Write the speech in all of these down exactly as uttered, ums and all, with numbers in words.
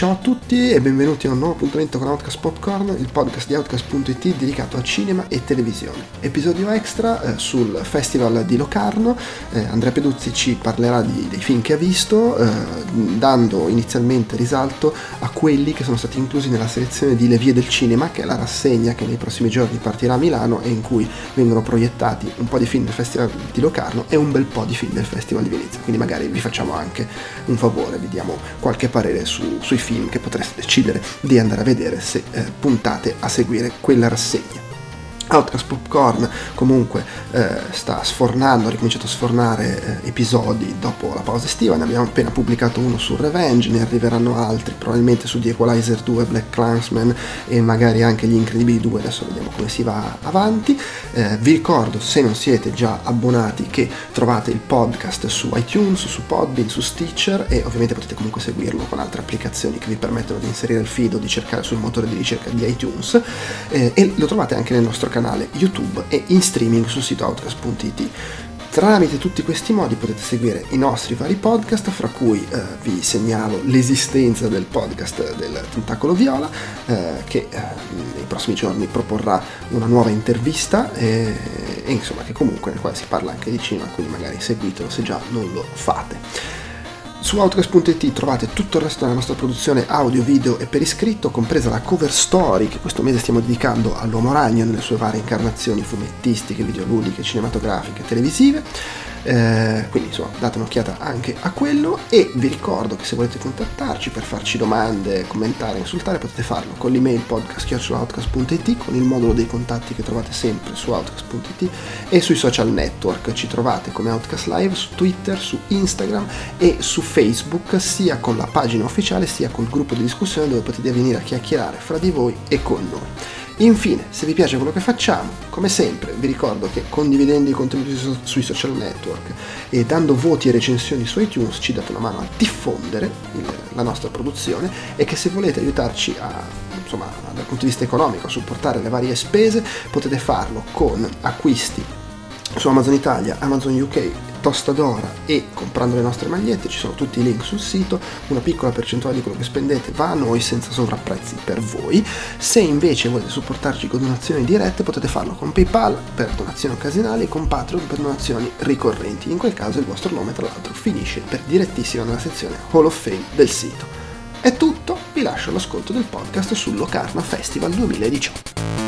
Ciao a tutti e benvenuti a un nuovo appuntamento con Outcast Popcorn, il podcast di Outcast punto it dedicato a cinema e televisione. Episodio extra eh, sul Festival di Locarno. eh, Andrea Peduzzi ci parlerà di, dei film che ha visto, eh, dando inizialmente risalto a quelli che sono stati inclusi nella selezione di Le Vie del Cinema, che è la rassegna che nei prossimi giorni partirà a Milano e in cui vengono proiettati un po' di film del Festival di Locarno e un bel po' di film del Festival di Venezia, quindi magari vi facciamo anche un favore, vi diamo qualche parere su, sui film che potreste decidere di andare a vedere se eh, puntate a seguire quella rassegna. Outcast Popcorn comunque eh, sta sfornando, ha ricominciato a sfornare eh, episodi dopo la pausa estiva. Ne abbiamo appena pubblicato uno su Revenge, ne arriveranno altri probabilmente su The Equalizer due, Black Clansman e magari anche Gli Incredibili due, adesso vediamo come si va avanti. Eh, vi ricordo, se non siete già abbonati, che trovate il podcast su iTunes, su Podbean, su Stitcher e ovviamente potete comunque seguirlo con altre applicazioni che vi permettono di inserire il feed o di cercare sul motore di ricerca di iTunes, eh, e lo trovate anche nel nostro canale YouTube e in streaming sul sito Outcast punto it. Tramite tutti questi modi potete seguire i nostri vari podcast, fra cui eh, vi segnalo l'esistenza del podcast del Tentacolo Viola, eh, che eh, nei prossimi giorni proporrà una nuova intervista e, e insomma che comunque nel quale si parla anche di cinema, quindi magari seguitelo se già non lo fate. Su Outcast punto it trovate tutto il resto della nostra produzione audio, video e per iscritto, compresa la cover story che questo mese stiamo dedicando all'Uomo Ragno nelle sue varie incarnazioni fumettistiche, videoludiche, cinematografiche, televisive. Eh, quindi insomma date un'occhiata anche a quello e vi ricordo che se volete contattarci per farci domande, commentare, insultare, potete farlo con l'email podcast chiocciola outcast punto it, con il modulo dei contatti che trovate sempre su outcast punto it e sui social network. Ci trovate come Outcast Live su Twitter, su Instagram e su Facebook, sia con la pagina ufficiale sia col gruppo di discussione dove potete venire a chiacchierare fra di voi e con noi. Infine, se vi piace quello che facciamo, come sempre vi ricordo che condividendo i contenuti su- sui social network e dando voti e recensioni su iTunes ci date una mano a diffondere il, la nostra produzione, e che se volete aiutarci a, insomma, dal punto di vista economico, a supportare le varie spese, potete farlo con acquisti su Amazon Italia, Amazon U K, Tostadora e comprando le nostre magliette. Ci sono tutti i link sul sito. Una piccola percentuale di quello che spendete va a noi senza sovrapprezzi per voi. Se invece volete supportarci con donazioni dirette, potete farlo con PayPal per donazioni occasionali e con Patreon per donazioni ricorrenti. In quel caso il vostro nome tra l'altro finisce per direttissimo nella sezione Hall of Fame del sito. È tutto, vi lascio all'ascolto del podcast sul Locarno Festival duemiladiciotto.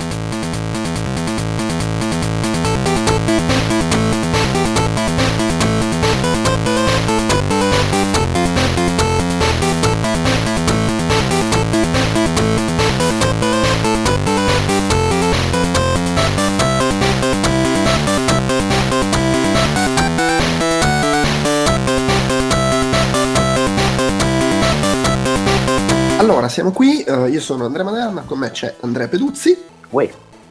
Allora, siamo qui, uh, io sono Andrea Maderna, con me c'è Andrea Peduzzi, Uè.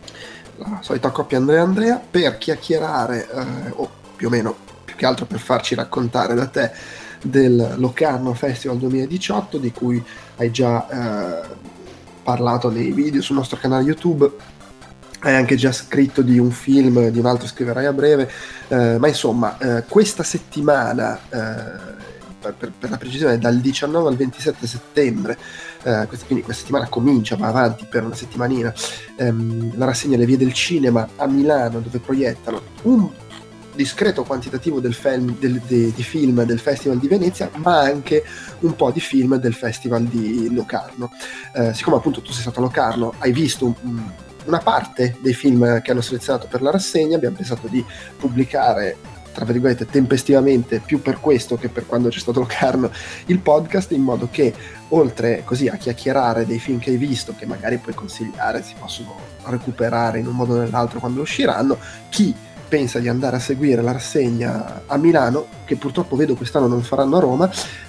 la solita coppia Andrea-Andrea, per chiacchierare, uh, o più o meno, più che altro per farci raccontare da te del Locarno Festival duemiladiciotto, di cui hai già uh, parlato nei video sul nostro canale YouTube, hai anche già scritto di un film, di un altro scriverai a breve, uh, ma insomma, uh, questa settimana... Uh, Per, per la precisione dal diciannove al ventisette settembre, eh, quindi questa settimana comincia, va avanti per una settimanina, ehm, la rassegna Le Vie del Cinema a Milano, dove proiettano un discreto quantitativo del film, del, de, di film del Festival di Venezia, ma anche un po' di film del Festival di Locarno. Eh, siccome appunto tu sei stato a Locarno, hai visto un, un, una parte dei film che hanno selezionato per la rassegna, abbiamo pensato di pubblicare, tra virgolette, tempestivamente, più per questo che per quando c'è stato Locarno, il podcast, in modo che oltre così a chiacchierare dei film che hai visto, che magari puoi consigliare, si possono recuperare in un modo o nell'altro quando usciranno, chi pensa di andare a seguire la rassegna a Milano, che purtroppo vedo quest'anno non faranno a Roma,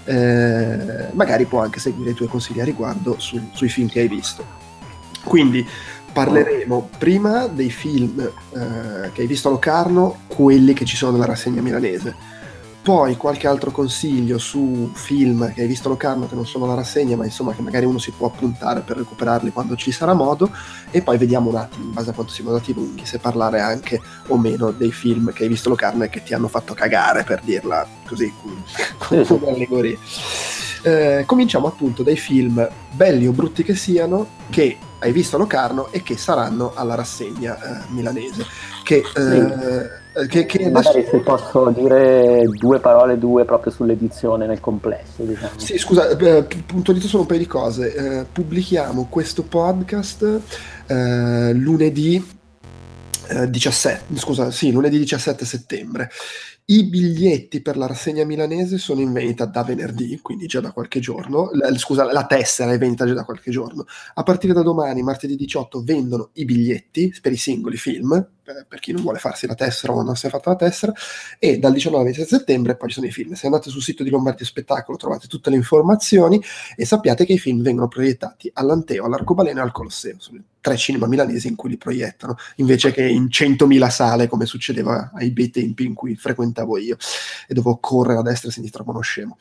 eh, magari può anche seguire i tuoi consigli a riguardo su, sui film che hai visto. Quindi parleremo prima dei film eh, che hai visto a Locarno, quelli che ci sono nella rassegna milanese, poi qualche altro consiglio su film che hai visto a Locarno che non sono alla rassegna, ma insomma che magari uno si può appuntare per recuperarli quando ci sarà modo, e poi vediamo un attimo, in base a quanto siamo andati lunghi, se parlare anche o meno dei film che hai visto a Locarno e che ti hanno fatto cagare, per dirla così, con un'allegoria. Eh, cominciamo appunto dai film, belli o brutti che siano, che hai visto a Locarno e che saranno alla rassegna eh, milanese. Che, eh, che, che Magari adesso... se posso dire due parole, due proprio sull'edizione nel complesso, diciamo. Sì, scusa, eh, puntualizzo solo un paio di cose. Eh, pubblichiamo questo podcast eh, lunedì eh, diciassette, scusa, sì, lunedì diciassette settembre. I biglietti per la rassegna milanese sono in vendita da venerdì, quindi già da qualche giorno. L- scusa, la tessera è in vendita già da qualche giorno. A partire da domani, martedì diciotto, vendono i biglietti per i singoli film, per, per chi non vuole farsi la tessera o non si è fatta la tessera, e dal diciannove al ventisette settembre poi ci sono i film. Se andate sul sito di Lombardia Spettacolo trovate tutte le informazioni e sappiate che i film vengono proiettati all'Anteo, all'Arcobaleno e al Colosseo. Sono tre cinema milanesi in cui li proiettano, invece che in centomila sale come succedeva ai bei tempi in cui frequentavo io e dovevo correre a destra e a sinistra come uno scemo.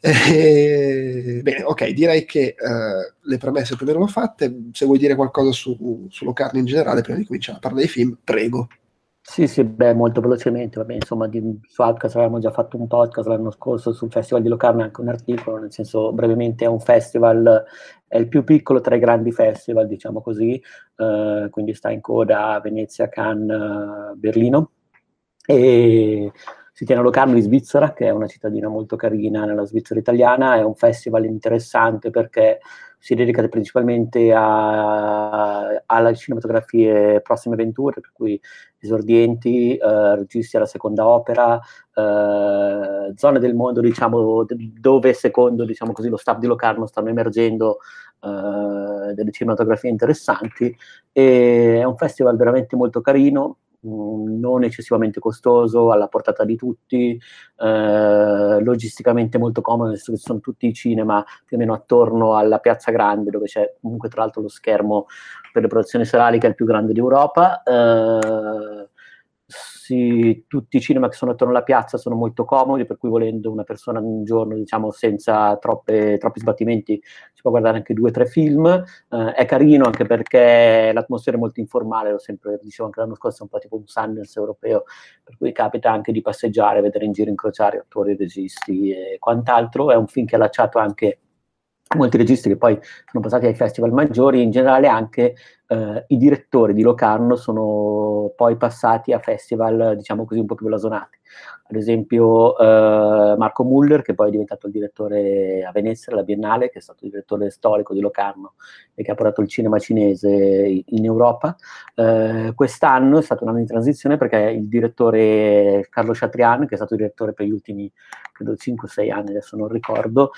E... Bene, ok, direi che eh, le premesse più o meno l'ho fatte. Se vuoi dire qualcosa su, su Locarno in generale prima di cominciare a parlare dei film, prego. Sì, sì, beh, molto velocemente, vabbè, insomma, di, su Outcast avevamo già fatto un podcast l'anno scorso sul Festival di Locarno, anche un articolo, nel senso, brevemente, è un festival, è il più piccolo tra i grandi festival, diciamo così, eh, quindi sta in coda a Venezia, Cannes, Berlino, e si tiene a Locarno in Svizzera, che è una cittadina molto carina nella Svizzera italiana, è un festival interessante perché si dedica principalmente a, alle cinematografie prossime venture, per cui esordienti, eh, registi alla seconda opera, eh, zone del mondo, diciamo, dove secondo, diciamo così, lo staff di Locarno stanno emergendo eh, delle cinematografie interessanti. E è un festival veramente molto carino, non eccessivamente costoso, alla portata di tutti, eh, logisticamente molto comodo, nel senso che sono tutti i cinema più o meno attorno alla Piazza Grande, dove c'è comunque tra l'altro lo schermo per le produzioni serali che è il più grande d'Europa. Eh, sì, tutti i cinema che sono attorno alla piazza sono molto comodi, per cui volendo una persona un giorno, diciamo, senza troppe, troppi sbattimenti, si può guardare anche due o tre film. Eh, è carino anche perché l'atmosfera è molto informale, lo sempre dicevo anche l'anno scorso, è un po' tipo un Sundance europeo, per cui capita anche di passeggiare, vedere in giro incrociare attori, registi e quant'altro. È un film che ha allacciato anche molti registi che poi sono passati ai festival maggiori, in generale anche eh, i direttori di Locarno sono poi passati a festival, diciamo così, un po' più blasonati. Ad esempio eh, Marco Muller, che poi è diventato il direttore a Venezia, alla Biennale, che è stato il direttore storico di Locarno e che ha portato il cinema cinese in Europa. Eh, quest'anno è stato un anno di transizione perché il direttore Carlo Chatrian, che è stato direttore per gli ultimi, credo, cinque sei anni, adesso non ricordo,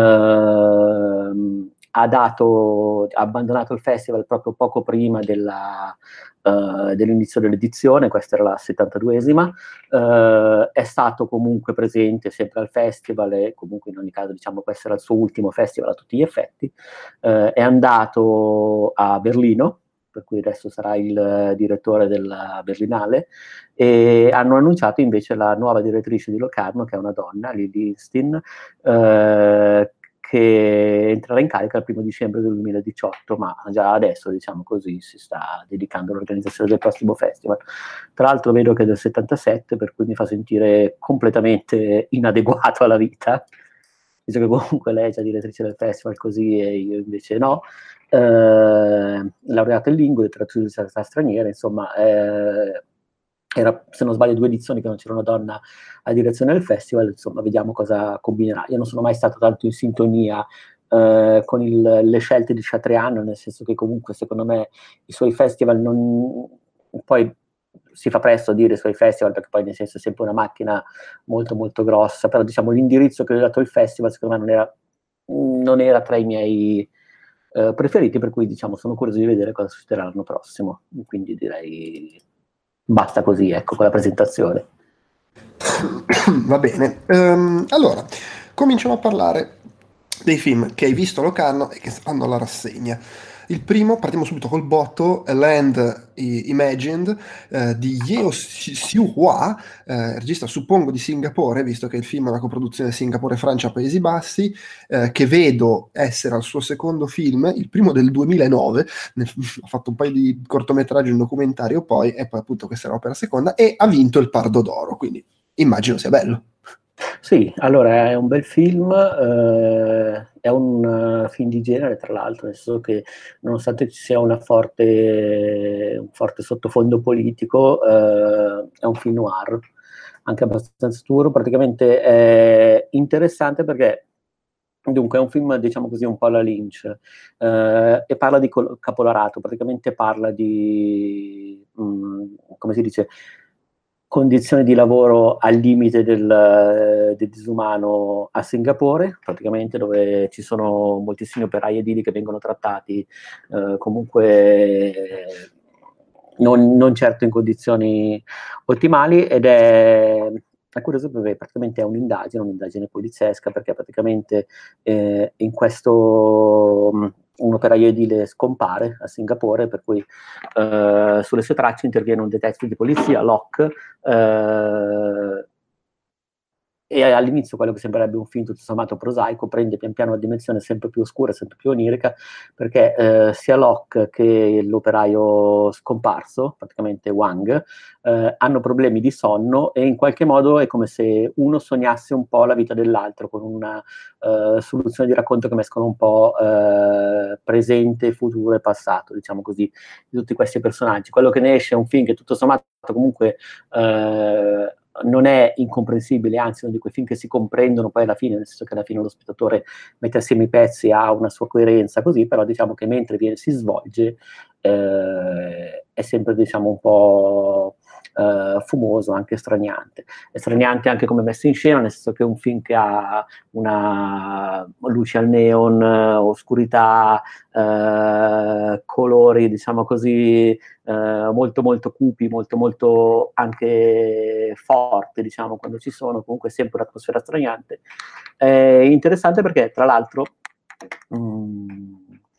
eh, ha dato, ha abbandonato il festival proprio poco prima della, uh, dell'inizio dell'edizione, questa era la settantaduesima, uh, è stato comunque presente sempre al festival e comunque in ogni caso diciamo questo era il suo ultimo festival a tutti gli effetti, uh, è andato a Berlino, per cui adesso sarà il direttore della Berlinale, e hanno annunciato invece la nuova direttrice di Locarno, che è una donna, Lili Stin, eh, che entrerà in carica il primo dicembre del duemiladiciotto, ma già adesso, diciamo così, si sta dedicando all'organizzazione del prossimo festival. Tra l'altro vedo che è del settantasette, per cui mi fa sentire completamente inadeguato alla vita, visto che comunque lei è già direttrice del festival così e io invece no. Eh, laureata in lingue, letteratura di letteratura straniera, insomma, eh, era, se non sbaglio, due edizioni che non c'era una donna a direzione del festival, insomma, vediamo cosa combinerà. Io non sono mai stato tanto in sintonia eh, con il, le scelte di Chatrian, nel senso che comunque, secondo me, i suoi festival non... poi si fa presto a dire i suoi festival, perché poi nel senso è sempre una macchina molto molto grossa, però diciamo l'indirizzo che gli ha dato il festival, secondo me, non era, non era tra i miei eh, preferiti, per cui diciamo sono curioso di vedere cosa succederà l'anno prossimo, quindi direi basta così, ecco, con la presentazione. Va bene, um, allora cominciamo a parlare dei film che hai visto a Locarno e che stanno alla rassegna. Il primo, partiamo subito col botto, Land Imagined eh, di Yeo Siu-hwa, eh, regista suppongo di Singapore, visto che il film è una coproduzione Singapore-Francia-Paesi Bassi, eh, che vedo essere al suo secondo film, il primo del duemilanove, ne, ha fatto un paio di cortometraggi, un documentario poi, e poi appunto questa è l'opera seconda, e ha vinto il Pardo d'Oro, quindi immagino sia bello. Sì, allora è un bel film, eh, è un uh, film di genere tra l'altro, nel senso che nonostante ci sia una forte, un forte sottofondo politico, eh, è un film noir, anche abbastanza scuro, praticamente è interessante perché dunque è un film, diciamo così, un po' alla Lynch, eh, e parla di col- caporalato, praticamente parla di, mh, come si dice, condizioni di lavoro al limite del, del disumano a Singapore, praticamente dove ci sono moltissimi operai edili che vengono trattati eh, comunque non, non certo in condizioni ottimali, ed è, è curioso perché praticamente è un'indagine, un'indagine poliziesca, perché praticamente eh, in questo mh, un operaio edile scompare a Singapore, per cui eh, sulle sue tracce interviene un detective di polizia, Locke, eh, e all'inizio quello che sembrerebbe un film tutto sommato prosaico prende pian piano una dimensione sempre più oscura, sempre più onirica, perché eh, sia Locke che l'operaio scomparso, praticamente Wang, eh, hanno problemi di sonno, e in qualche modo è come se uno sognasse un po' la vita dell'altro, con una eh, soluzione di racconto che mescola un po' eh, presente, futuro e passato, diciamo così, di tutti questi personaggi. Quello che ne esce è un film che tutto sommato comunque eh, non è incomprensibile, anzi uno di quei film che si comprendono poi alla fine, nel senso che alla fine lo spettatore mette assieme i pezzi, ha una sua coerenza così, però diciamo che mentre viene, si svolge eh, è sempre, diciamo, un po' eh, fumoso, anche straniante. È straniante anche come messo in scena, nel senso che è un film che ha una luce al neon, oscurità, eh, colori, diciamo così, eh, molto molto cupi, molto molto anche forte, diciamo, quando ci sono, comunque sempre un'atmosfera straniante. È interessante perché tra l'altro mh,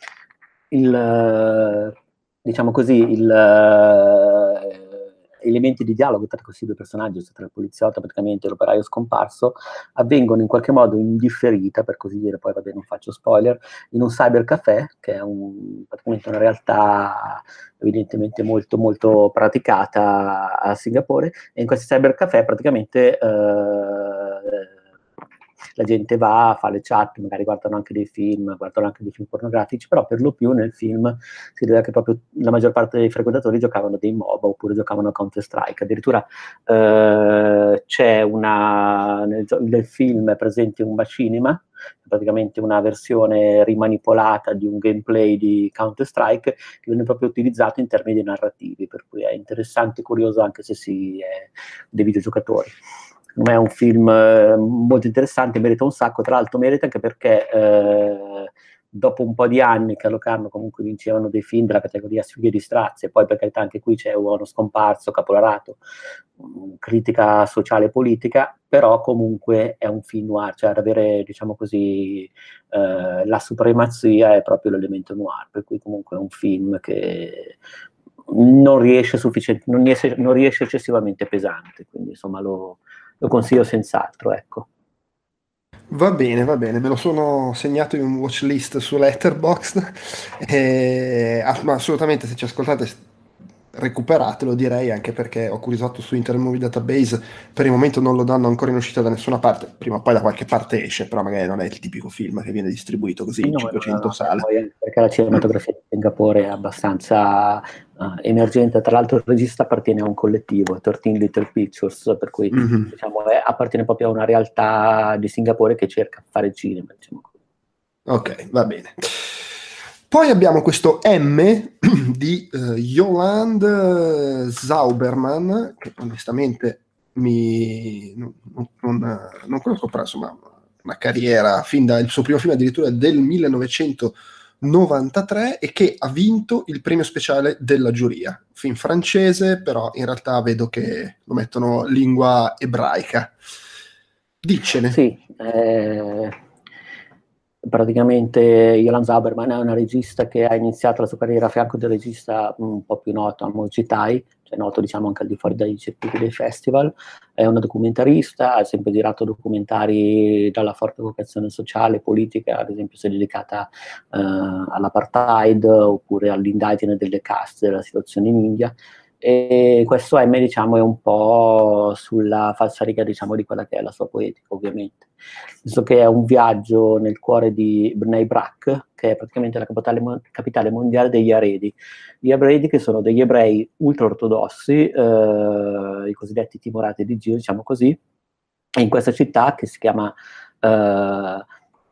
il, diciamo così, il, eh, elementi di dialogo tra questi due personaggi, cioè tra il poliziotto praticamente e l'operaio scomparso, avvengono in qualche modo in differita, per così dire, poi vabbè non faccio spoiler, in un cybercaffè, che è un, praticamente una realtà evidentemente molto molto praticata a Singapore, e in questi cybercaffè praticamente eh, la gente va, fa le chat, magari guardano anche dei film, guardano anche dei film pornografici, però per lo più nel film si vede che proprio la maggior parte dei frequentatori giocavano dei MOBA oppure giocavano a Counter-Strike. Addirittura eh, c'è una, nel, nel film è presente un machinima, praticamente una versione rimanipolata di un gameplay di Counter-Strike che viene proprio utilizzato in termini narrativi, per cui è interessante e curioso anche se si è dei videogiocatori. Secondo me è un film eh, molto interessante, merita un sacco, tra l'altro merita anche perché eh, dopo un po' di anni che a Locarno comunque vincevano dei film della categoria sfighe di strazia, e poi per carità anche qui c'è Uomo Scomparso, Caporalato, mh, critica sociale e politica, però comunque è un film noir, cioè ad avere, diciamo così, eh, la supremazia è proprio l'elemento noir, per cui comunque è un film che non riesce, sufficient- non riesce, non riesce eccessivamente pesante, quindi insomma lo, lo consiglio senz'altro, ecco. Va bene, va bene, me lo sono segnato in un watch list su Letterboxd. E, ah, ma assolutamente, se ci ascoltate, recuperatelo, direi, anche perché ho curiosito su Internet Movie Database, per il momento non lo danno ancora in uscita da nessuna parte, prima o poi da qualche parte esce, però magari non è il tipico film che viene distribuito così in No, no, no, cinquecento no, beh, sale. poi anche perché la cinematografia di Singapore è abbastanza uh, emergente, tra l'altro il regista appartiene a un collettivo, tredici Little Pictures, per cui Mhm. diciamo, è, appartiene proprio a una realtà di Singapore che cerca di fare cinema, diciamo. Ok, va bene. Poi abbiamo questo M di eh, Yolande Zauberman, che onestamente mi, non, non- non- non conosco, però insomma una carriera, fin dal suo primo film addirittura del millenovecentonovantatré, e che ha vinto il premio speciale della giuria. Film francese, però in realtà vedo che lo mettono lingua ebraica. Diccene. Sì, eh, praticamente Jolan Zaberman è una regista che ha iniziato la sua carriera a fianco del regista un po' più noto, Amo Citai, cioè noto diciamo anche al di fuori dai circuiti dei festival. È una documentarista, ha sempre girato documentari dalla forte vocazione sociale, politica, ad esempio si è dedicata eh, all'apartheid oppure all'indagine delle caste della situazione in India. E questo M, diciamo, è un po' sulla falsariga, diciamo, di quella che è la sua poetica, ovviamente. Visto che è un viaggio nel cuore di Bnei Brak, che è praticamente la capitale, capitale mondiale degli Aredi. Gli Aredi, che sono degli ebrei ultra-ortodossi, eh, i cosiddetti timorati di Gio, diciamo così, e in questa città, che si chiama uh,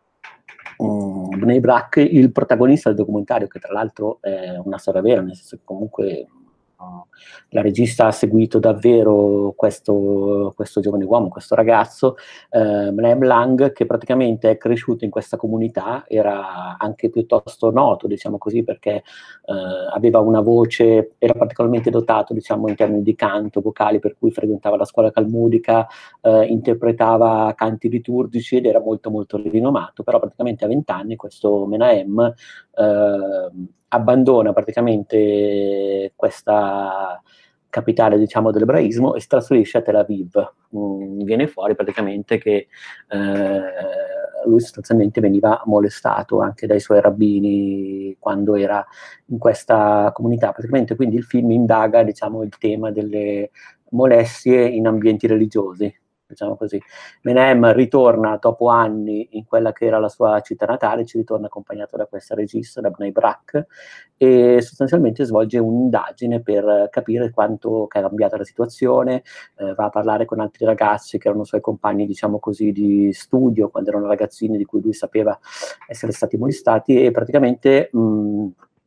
um, Bnei Brak, il protagonista del documentario, che tra l'altro è una storia vera, nel senso che comunque la regista ha seguito davvero questo, questo giovane uomo, questo ragazzo, eh, Mnem Lang, che praticamente è cresciuto in questa comunità, era anche piuttosto noto, diciamo così, perché eh, aveva una voce, era particolarmente dotato, diciamo, in termini di canto, vocali, per cui frequentava la scuola talmudica, eh, interpretava canti liturgici ed era molto molto rinomato, però praticamente a vent'anni questo Menahem eh, abbandona praticamente questa capitale, diciamo, dell'ebraismo e si trasferisce a Tel Aviv. Mm, viene fuori praticamente che eh, lui sostanzialmente veniva molestato anche dai suoi rabbini quando era in questa comunità. Praticamente quindi il film indaga, diciamo, il tema delle molestie in ambienti religiosi, diciamo così. Menahem ritorna dopo anni in quella che era la sua città natale, ci ritorna accompagnato da questa regista, da Bnei Brak, e sostanzialmente svolge un'indagine per capire quanto è cambiata la situazione, eh, va a parlare con altri ragazzi che erano suoi compagni, diciamo così, di studio, quando erano ragazzini di cui lui sapeva essere stati molestati, e praticamente mh,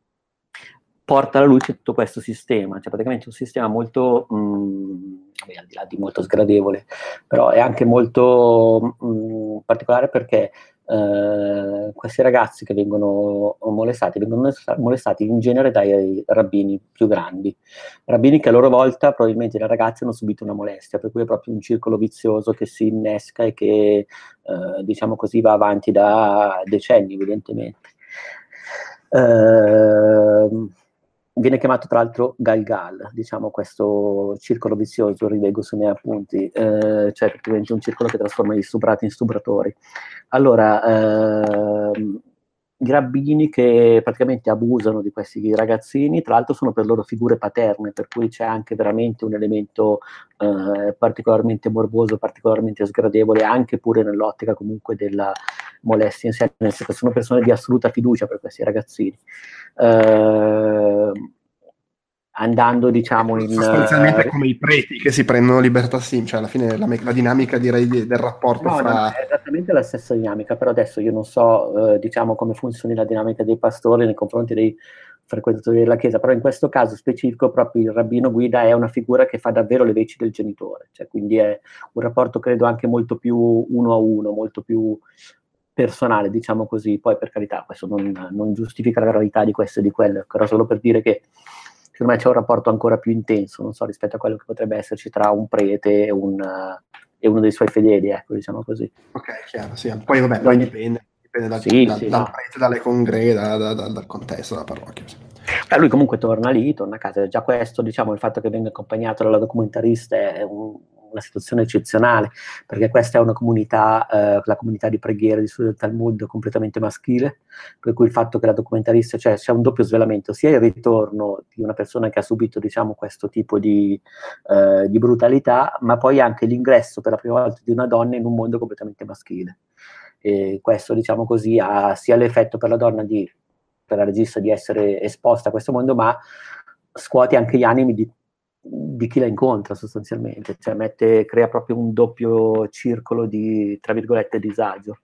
porta alla luce tutto questo sistema, cioè praticamente un sistema molto, mh, al di là di molto sgradevole, però è anche molto mh, particolare perché eh, questi ragazzi che vengono molestati, vengono molestati in genere dai rabbini più grandi, rabbini che a loro volta probabilmente le ragazze hanno subito una molestia, per cui è proprio un circolo vizioso che si innesca e che, eh, diciamo così, va avanti da decenni, evidentemente. Uh, viene chiamato tra l'altro Galgal, diciamo questo circolo vizioso, rileggo sui miei appunti, uh, cioè praticamente un circolo che trasforma gli stuprati in stupratori. Allora, uh, i rabbini che praticamente abusano di questi ragazzini, tra l'altro sono per loro figure paterne, per cui c'è anche veramente un elemento uh, particolarmente morboso, particolarmente sgradevole, anche pure nell'ottica comunque della molestia in sé, nel senso che sono persone di assoluta fiducia per questi ragazzini. Uh, andando, diciamo, in... sostanzialmente uh, come i preti che si prendono libertà sim, cioè alla fine la, la dinamica, direi, del rapporto no, fra... no, è esattamente la stessa dinamica, però adesso io non so, eh, diciamo, come funzioni la dinamica dei pastori nei confronti dei frequentatori della Chiesa, però in questo caso specifico proprio il rabbino guida è una figura che fa davvero le veci del genitore, cioè quindi è un rapporto, credo, anche molto più uno a uno, molto più personale, diciamo così. Poi, per carità, questo non, non giustifica la gravità di questo e di quello, però solo per dire che secondo me c'è un rapporto ancora più intenso, non so, rispetto a quello che potrebbe esserci tra un prete e, un, uh, e uno dei suoi fedeli, ecco, diciamo così. Ok, chiaro, sì. Poi vabbè, poi dipende, dipende dal, sì, dal, sì, dal no. prete, dalle congre, da, da, da, dal contesto, dalla parrocchia. Sì. Eh, lui comunque torna lì, torna a casa. Già questo, diciamo, il fatto che venga accompagnato dalla documentarista è un, una situazione eccezionale, perché questa è una comunità, eh, la comunità di preghiera di studio del Talmud completamente maschile, per cui il fatto che la documentarista, cioè c'è un doppio svelamento, sia il ritorno di una persona che ha subito, diciamo, questo tipo di, eh, di brutalità, ma poi anche l'ingresso per la prima volta di una donna in un mondo completamente maschile. E questo, diciamo così, ha sia l'effetto per la donna di per la regista di essere esposta a questo mondo, ma scuote anche gli animi di, di chi la incontra sostanzialmente, cioè mette, crea proprio un doppio circolo di, tra virgolette, disagio.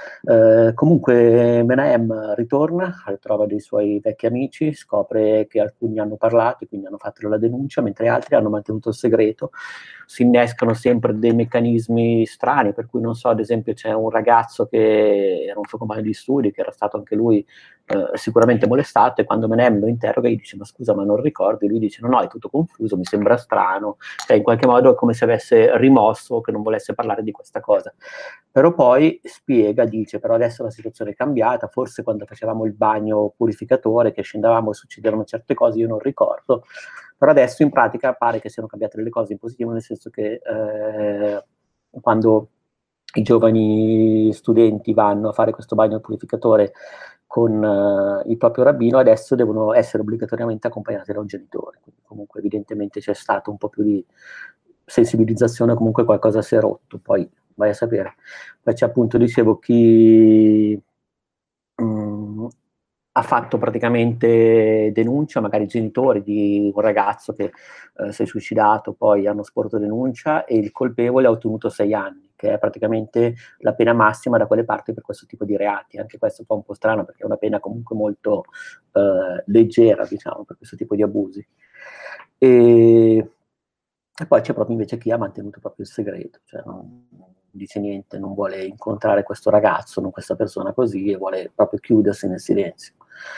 Eh, comunque Menahem ritorna, trova dei suoi vecchi amici, scopre che alcuni hanno parlato e quindi hanno fatto la denuncia, mentre altri hanno mantenuto il segreto. Si innescano sempre dei meccanismi strani, per cui non so, ad esempio c'è un ragazzo che era un suo compagno di studi, che era stato anche lui eh, sicuramente molestato, e quando Menahem lo interroga gli dice: ma scusa, ma non ricordi? Lui dice: no, no, è tutto confuso, mi sembra strano, cioè in qualche modo è come se avesse rimosso, che non volesse parlare di questa cosa. Però poi spiega, dice: però adesso la situazione è cambiata, forse quando facevamo il bagno purificatore, che scendevamo e succedevano certe cose, io non ricordo, però adesso in pratica pare che siano cambiate delle cose in positivo, nel senso che eh, quando i giovani studenti vanno a fare questo bagno purificatore con uh, il proprio rabbino, adesso devono essere obbligatoriamente accompagnati da un genitore. Quindi comunque evidentemente c'è stato un po' più di sensibilizzazione, comunque qualcosa si è rotto, poi vai a sapere. Poi c'è appunto, dicevo, chi mh, ha fatto praticamente denuncia, magari i genitori di un ragazzo che eh, si è suicidato, poi hanno sporto denuncia e il colpevole ha ottenuto sei anni, che è praticamente la pena massima da quelle parti per questo tipo di reati. Anche questo fa un po' strano perché è una pena comunque molto eh, leggera, diciamo, per questo tipo di abusi. E, e poi c'è proprio invece chi ha mantenuto proprio il segreto, cioè non, non dice niente, non vuole incontrare questo ragazzo, non questa persona così, e vuole proprio chiudersi nel silenzio.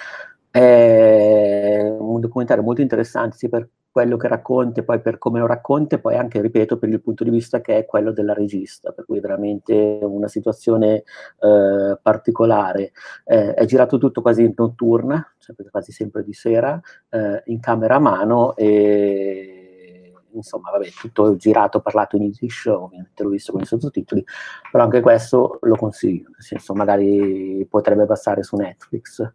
È un documentario molto interessante sia per quello che racconta e poi per come lo racconta e poi anche, ripeto, per il punto di vista che è quello della regista, per cui è veramente una situazione eh, particolare. Eh, è girato tutto quasi in notturna, cioè quasi sempre di sera, eh, in camera a mano e insomma, vabbè, tutto girato, parlato in Yiddish, ovviamente l'ho visto con i sottotitoli, però anche questo lo consiglio, nel senso magari potrebbe passare su Netflix.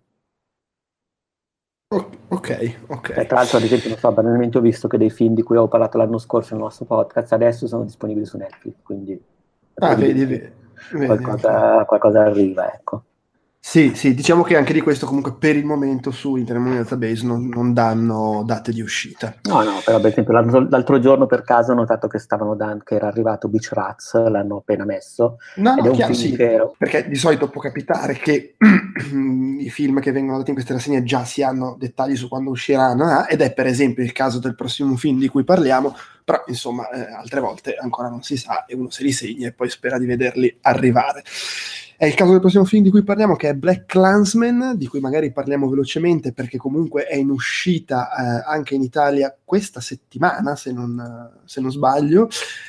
Ok, ok. E tra l'altro, ad esempio, non so, banalmente ho visto che dei film di cui ho parlato l'anno scorso nel nostro podcast adesso sono disponibili su Netflix, quindi Ah, vedi, vedi, qualcosa, qualcosa arriva, ecco. Sì, sì, diciamo che anche di questo comunque per il momento su Internet Movie Database non, non danno date di uscita. No, no, però per esempio l'altro, l'altro giorno per caso ho notato che stavano dando, che era arrivato Beach Rats, l'hanno appena messo. No, ed no, è un chiaro, film sì, che ero... perché di solito può capitare che i film che vengono dati in queste rassegne già si hanno dettagli su quando usciranno, eh, ed è per esempio il caso del prossimo film di cui parliamo, però insomma eh, altre volte ancora non si sa e uno se li segna e poi spera di vederli arrivare. È il caso del prossimo film di cui parliamo, che è BlacKkKlansman, di cui magari parliamo velocemente perché comunque è in uscita eh, anche in Italia questa settimana, se non, se non sbaglio,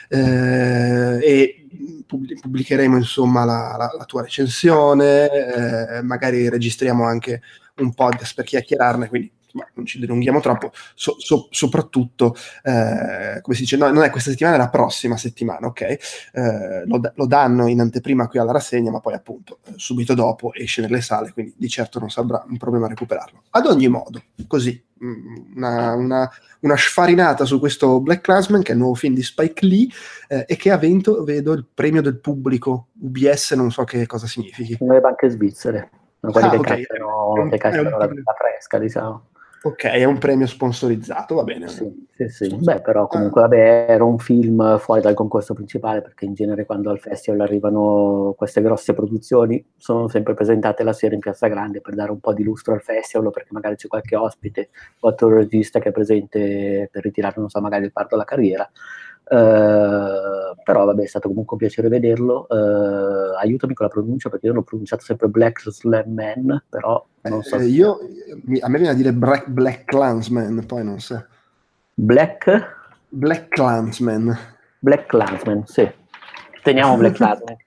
eh, e pubblicheremo insomma la, la, la tua recensione, eh, magari registriamo anche un podcast per chiacchierarne, quindi ma non ci dilunghiamo troppo, so, so, soprattutto, eh, come si dice, no, non è questa settimana, è la prossima settimana, ok? Eh, lo, lo danno in anteprima qui alla rassegna, ma poi appunto subito dopo esce nelle sale, quindi di certo non sarà un problema recuperarlo. Ad ogni modo, così, una, una, una sfarinata su questo BlacKkKlansman, che è il nuovo film di Spike Lee, eh, e che ha vinto, vedo, il premio del pubblico, U B S, non so che cosa significhi. Sono le banche svizzere, sono quelli Ah, che okay. cacciano, che cacciano la vita fresca, diciamo. Ok, è un premio sponsorizzato, va bene. Sì, sì, sì. Beh, però comunque vabbè, era un film fuori dal concorso principale, perché in genere quando al festival arrivano queste grosse produzioni sono sempre presentate la sera in Piazza Grande per dare un po' di lustro al festival, perché magari c'è qualche ospite o attore regista che è presente per ritirare, non so, magari il parto alla carriera. Uh, però vabbè, è stato comunque un piacere vederlo. Uh, aiutami con la pronuncia, perché io l'ho pronunciato sempre BlacKkKlansman, però non so. Eh, io, a me viene a dire Black, BlacKkKlansman, poi non so. Black? BlacKkKlansman. BlacKkKlansman, sì. Teniamo BlacKkKlansman,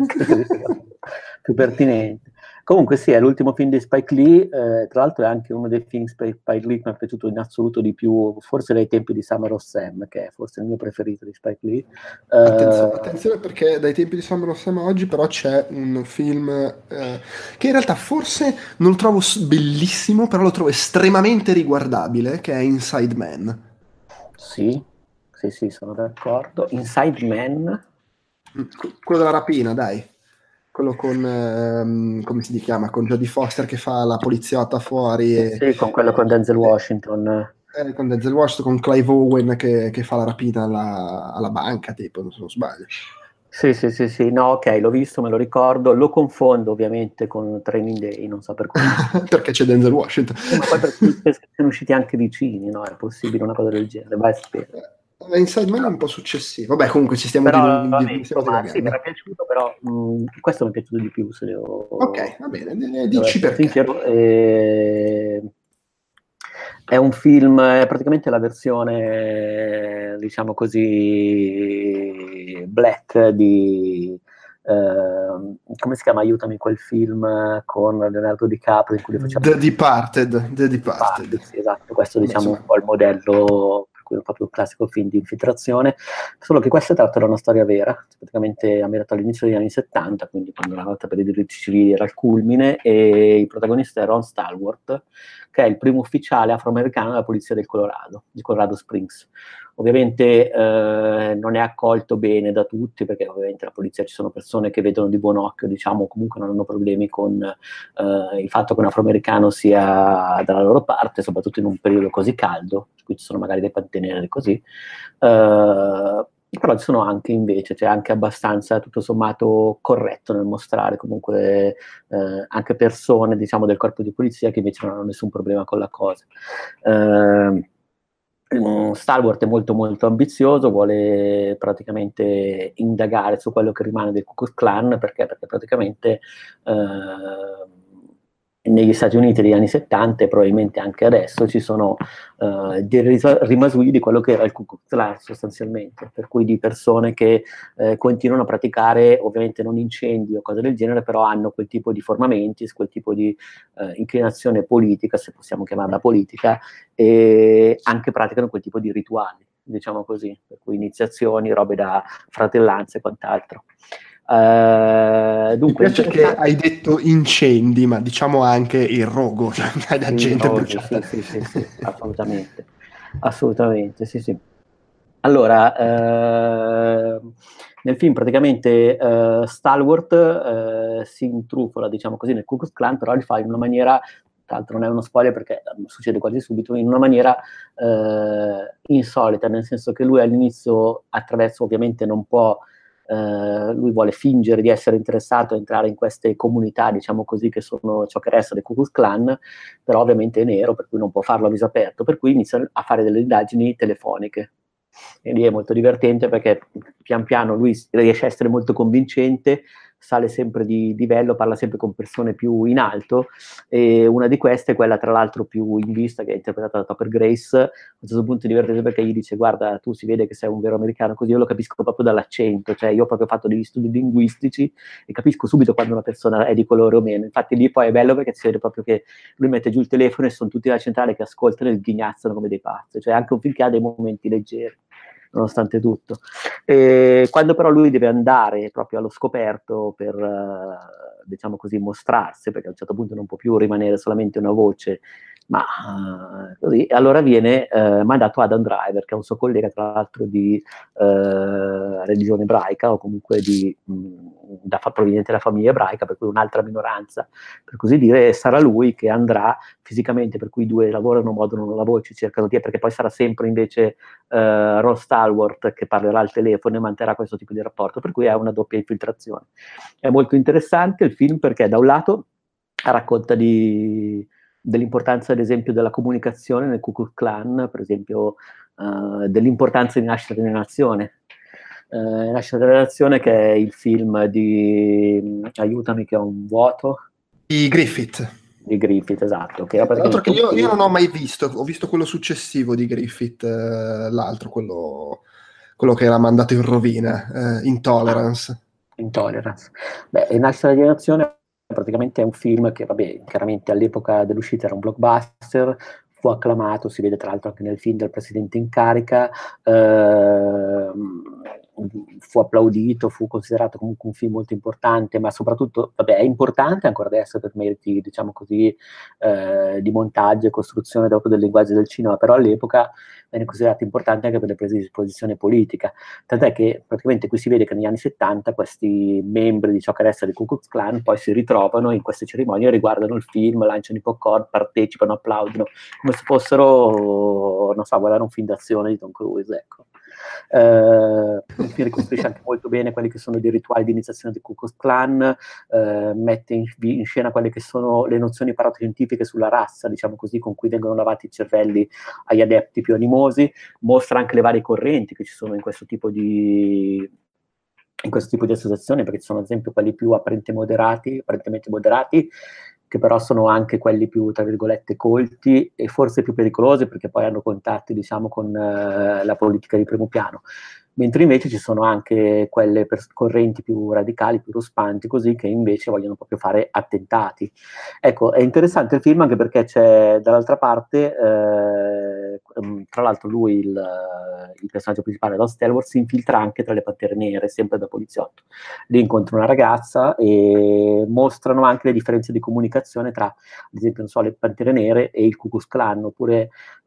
più pertinente. Comunque sì, è l'ultimo film di Spike Lee, eh, tra l'altro è anche uno dei film Spike Lee che mi è piaciuto in assoluto di più, forse dai tempi di Summer of Sam, che è forse il mio preferito di Spike Lee. Attenzione, uh, attenzione, perché dai tempi di Summer of Sam a oggi però c'è un film eh, che in realtà forse non lo trovo bellissimo, però lo trovo estremamente riguardabile, che è Inside Man. Sì, sì, sì, sono d'accordo. Inside Man? Quello della rapina, dai. Quello con, ehm, come si chiama, con Jodie Foster che fa la poliziotta fuori. E, sì, con quello con Denzel Washington. Eh, con Denzel Washington, con Clive Owen che, che fa la rapina alla, alla banca, tipo, se non sbaglio. Sì, sì, sì, sì, no, ok, l'ho visto, me lo ricordo, lo confondo ovviamente con Training Day, non so per come. Perché c'è Denzel Washington. Sì, ma poi perché sono usciti anche vicini, no? È possibile una cosa del genere, vai a spiegare. Inside Man è un po' successivo. Vabbè, comunque ci stiamo però, di, vabbè, di, stiamo insomma, sì, mi divagando. era piaciuto, però mh, questo mi è piaciuto di più, se devo, Ok, va bene, devo dici essere perché. sincero. E... È un film, è praticamente la versione, diciamo così, black di... Uh, come si chiama? Aiutami, quel film con Leonardo DiCaprio in cui faceva The Departed. The Departed. Departed, sì, esatto, questo Beh, diciamo insomma, un po' il modello cui è proprio un classico film di infiltrazione, solo che questo è tratto da una storia vera, praticamente ambientato all'inizio degli anni settanta, quindi quando la lotta per i diritti civili era al culmine, e il protagonista è Ron Stallworth, che è il primo ufficiale afroamericano della polizia del Colorado, di Colorado Springs. Ovviamente eh, non è accolto bene da tutti, perché ovviamente la polizia, ci sono persone che vedono di buon occhio, diciamo, comunque non hanno problemi con eh, il fatto che un afroamericano sia dalla loro parte, soprattutto in un periodo così caldo, qui ci sono magari dei panteneri così, eh, però ci sono anche invece, c'è anche abbastanza tutto sommato corretto nel mostrare comunque eh, anche persone, diciamo, del corpo di polizia che invece non hanno nessun problema con la cosa. Eh, Stallworth è molto molto ambizioso, vuole praticamente indagare su quello che rimane del Ku Klux Klan, perché, perché praticamente eh, negli Stati Uniti degli anni settanta e probabilmente anche adesso ci sono eh, dei rimasugli di quello che era il Ku Klux Klan sostanzialmente, per cui di persone che eh, continuano a praticare, ovviamente non incendi o cose del genere, però hanno quel tipo di formamenti, quel tipo di eh, inclinazione politica, se possiamo chiamarla politica, e anche praticano quel tipo di rituali, diciamo così, per cui iniziazioni, robe da fratellanza e quant'altro. Uh, dunque, mi piace che hai detto incendi, ma diciamo anche il rogo, cioè la il gente rogo, bruciata. sì, sì, sì, sì, assolutamente, assolutamente, sì, sì. Allora, eh, nel film praticamente eh, Stallworth eh, si intrufola, diciamo così, nel Ku Klux Klan, però li fa in una maniera, tra l'altro non è uno spoiler perché succede quasi subito, in una maniera eh, insolita, nel senso che lui all'inizio, attraverso, ovviamente non può, Uh, lui vuole fingere di essere interessato a entrare in queste comunità, diciamo così, che sono ciò che resta del Ku Klux Klan, però ovviamente è nero, per cui non può farlo a viso aperto, per cui inizia a fare delle indagini telefoniche. E lì è molto divertente perché pian piano lui riesce a essere molto convincente, sale sempre di livello, parla sempre con persone più in alto, e una di queste è quella tra l'altro più in vista, che è interpretata da Topper Grace. A un certo punto è divertente perché gli dice: guarda, tu si vede che sei un vero americano, così io lo capisco proprio dall'accento, cioè io ho proprio fatto degli studi linguistici e capisco subito quando una persona è di colore o meno. Infatti lì poi è bello perché si vede proprio che lui mette giù il telefono e sono tutti alla centrale che ascoltano e sghignazzano come dei pazzi, cioè anche un film che ha dei momenti leggeri nonostante tutto. E quando però lui deve andare proprio allo scoperto per, uh, diciamo così, mostrarsi, perché a un certo punto non può più rimanere solamente una voce, ma uh, così, allora viene uh, mandato Adam Driver, che è un suo collega, tra l'altro di uh, religione ebraica, o comunque di, mh, da, proveniente dalla famiglia ebraica, per cui un'altra minoranza, per così dire, e sarà lui che andrà fisicamente, per cui i due lavorano, modulano la voce, cercano di, perché poi sarà sempre invece Uh, Ron Stallworth che parlerà al telefono e manterrà questo tipo di rapporto, per cui è una doppia infiltrazione. È molto interessante il film perché da un lato racconta di, dell'importanza ad esempio della comunicazione nel Ku Klux Klan, per esempio uh, dell'importanza di Nascere nella Nazione. Uh, Nascere nella Nazione, che è il film di, aiutami che ho un vuoto, di Griffith. Di Griffith, esatto. Che Tra l'altro che io, io non ho mai visto, ho visto quello successivo di Griffith, eh, l'altro, quello, quello che era mandato in rovina, eh, Intolerance. Ah, Intolerance. Beh, Nascere nella Nazione praticamente è un film che, vabbè, chiaramente all'epoca dell'uscita era un blockbuster, fu acclamato, si vede tra l'altro anche nel film del presidente in carica, ehm, fu applaudito, fu considerato comunque un film molto importante, ma soprattutto, vabbè, è importante ancora adesso per meriti, diciamo così, eh, di montaggio e costruzione dopo del linguaggio del cinema, però all'epoca venne considerato importante anche per le prese di posizione politica, tant'è che praticamente qui si vede che negli anni settanta questi membri di ciò che resta del Ku Klux Klan poi si ritrovano in queste cerimonie, riguardano il film, lanciano i popcorn, partecipano, applaudono, come se fossero, non so, guardare un film d'azione di Tom Cruise, ecco. Uh, il film ricostruisce anche molto bene quelli che sono dei rituali di iniziazione del Ku Klux Klan, uh, mette in, in scena quelle che sono le nozioni parato-scientifiche sulla razza, diciamo così, con cui vengono lavati i cervelli agli adepti più animosi, mostra anche le varie correnti che ci sono in questo tipo di in questo tipo di associazioni, perché ci sono ad esempio quelli più apparentemente moderati, apparentemente moderati, che però sono anche quelli più, tra virgolette, colti e forse più pericolosi, perché poi hanno contatti, diciamo, con eh, la politica di primo piano. mentre invece ci sono anche quelle per correnti più radicali, più ruspanti, così, che invece vogliono proprio fare attentati. Ecco, è interessante il film anche perché c'è dall'altra parte, eh, tra l'altro lui, il, il personaggio principale, Ross Taylor, si infiltra anche tra le Pantere Nere, sempre da poliziotto. Lì incontra una ragazza e mostrano anche le differenze di comunicazione tra, ad esempio, non so, le Pantere Nere e il Ku Klux Klan, oppure...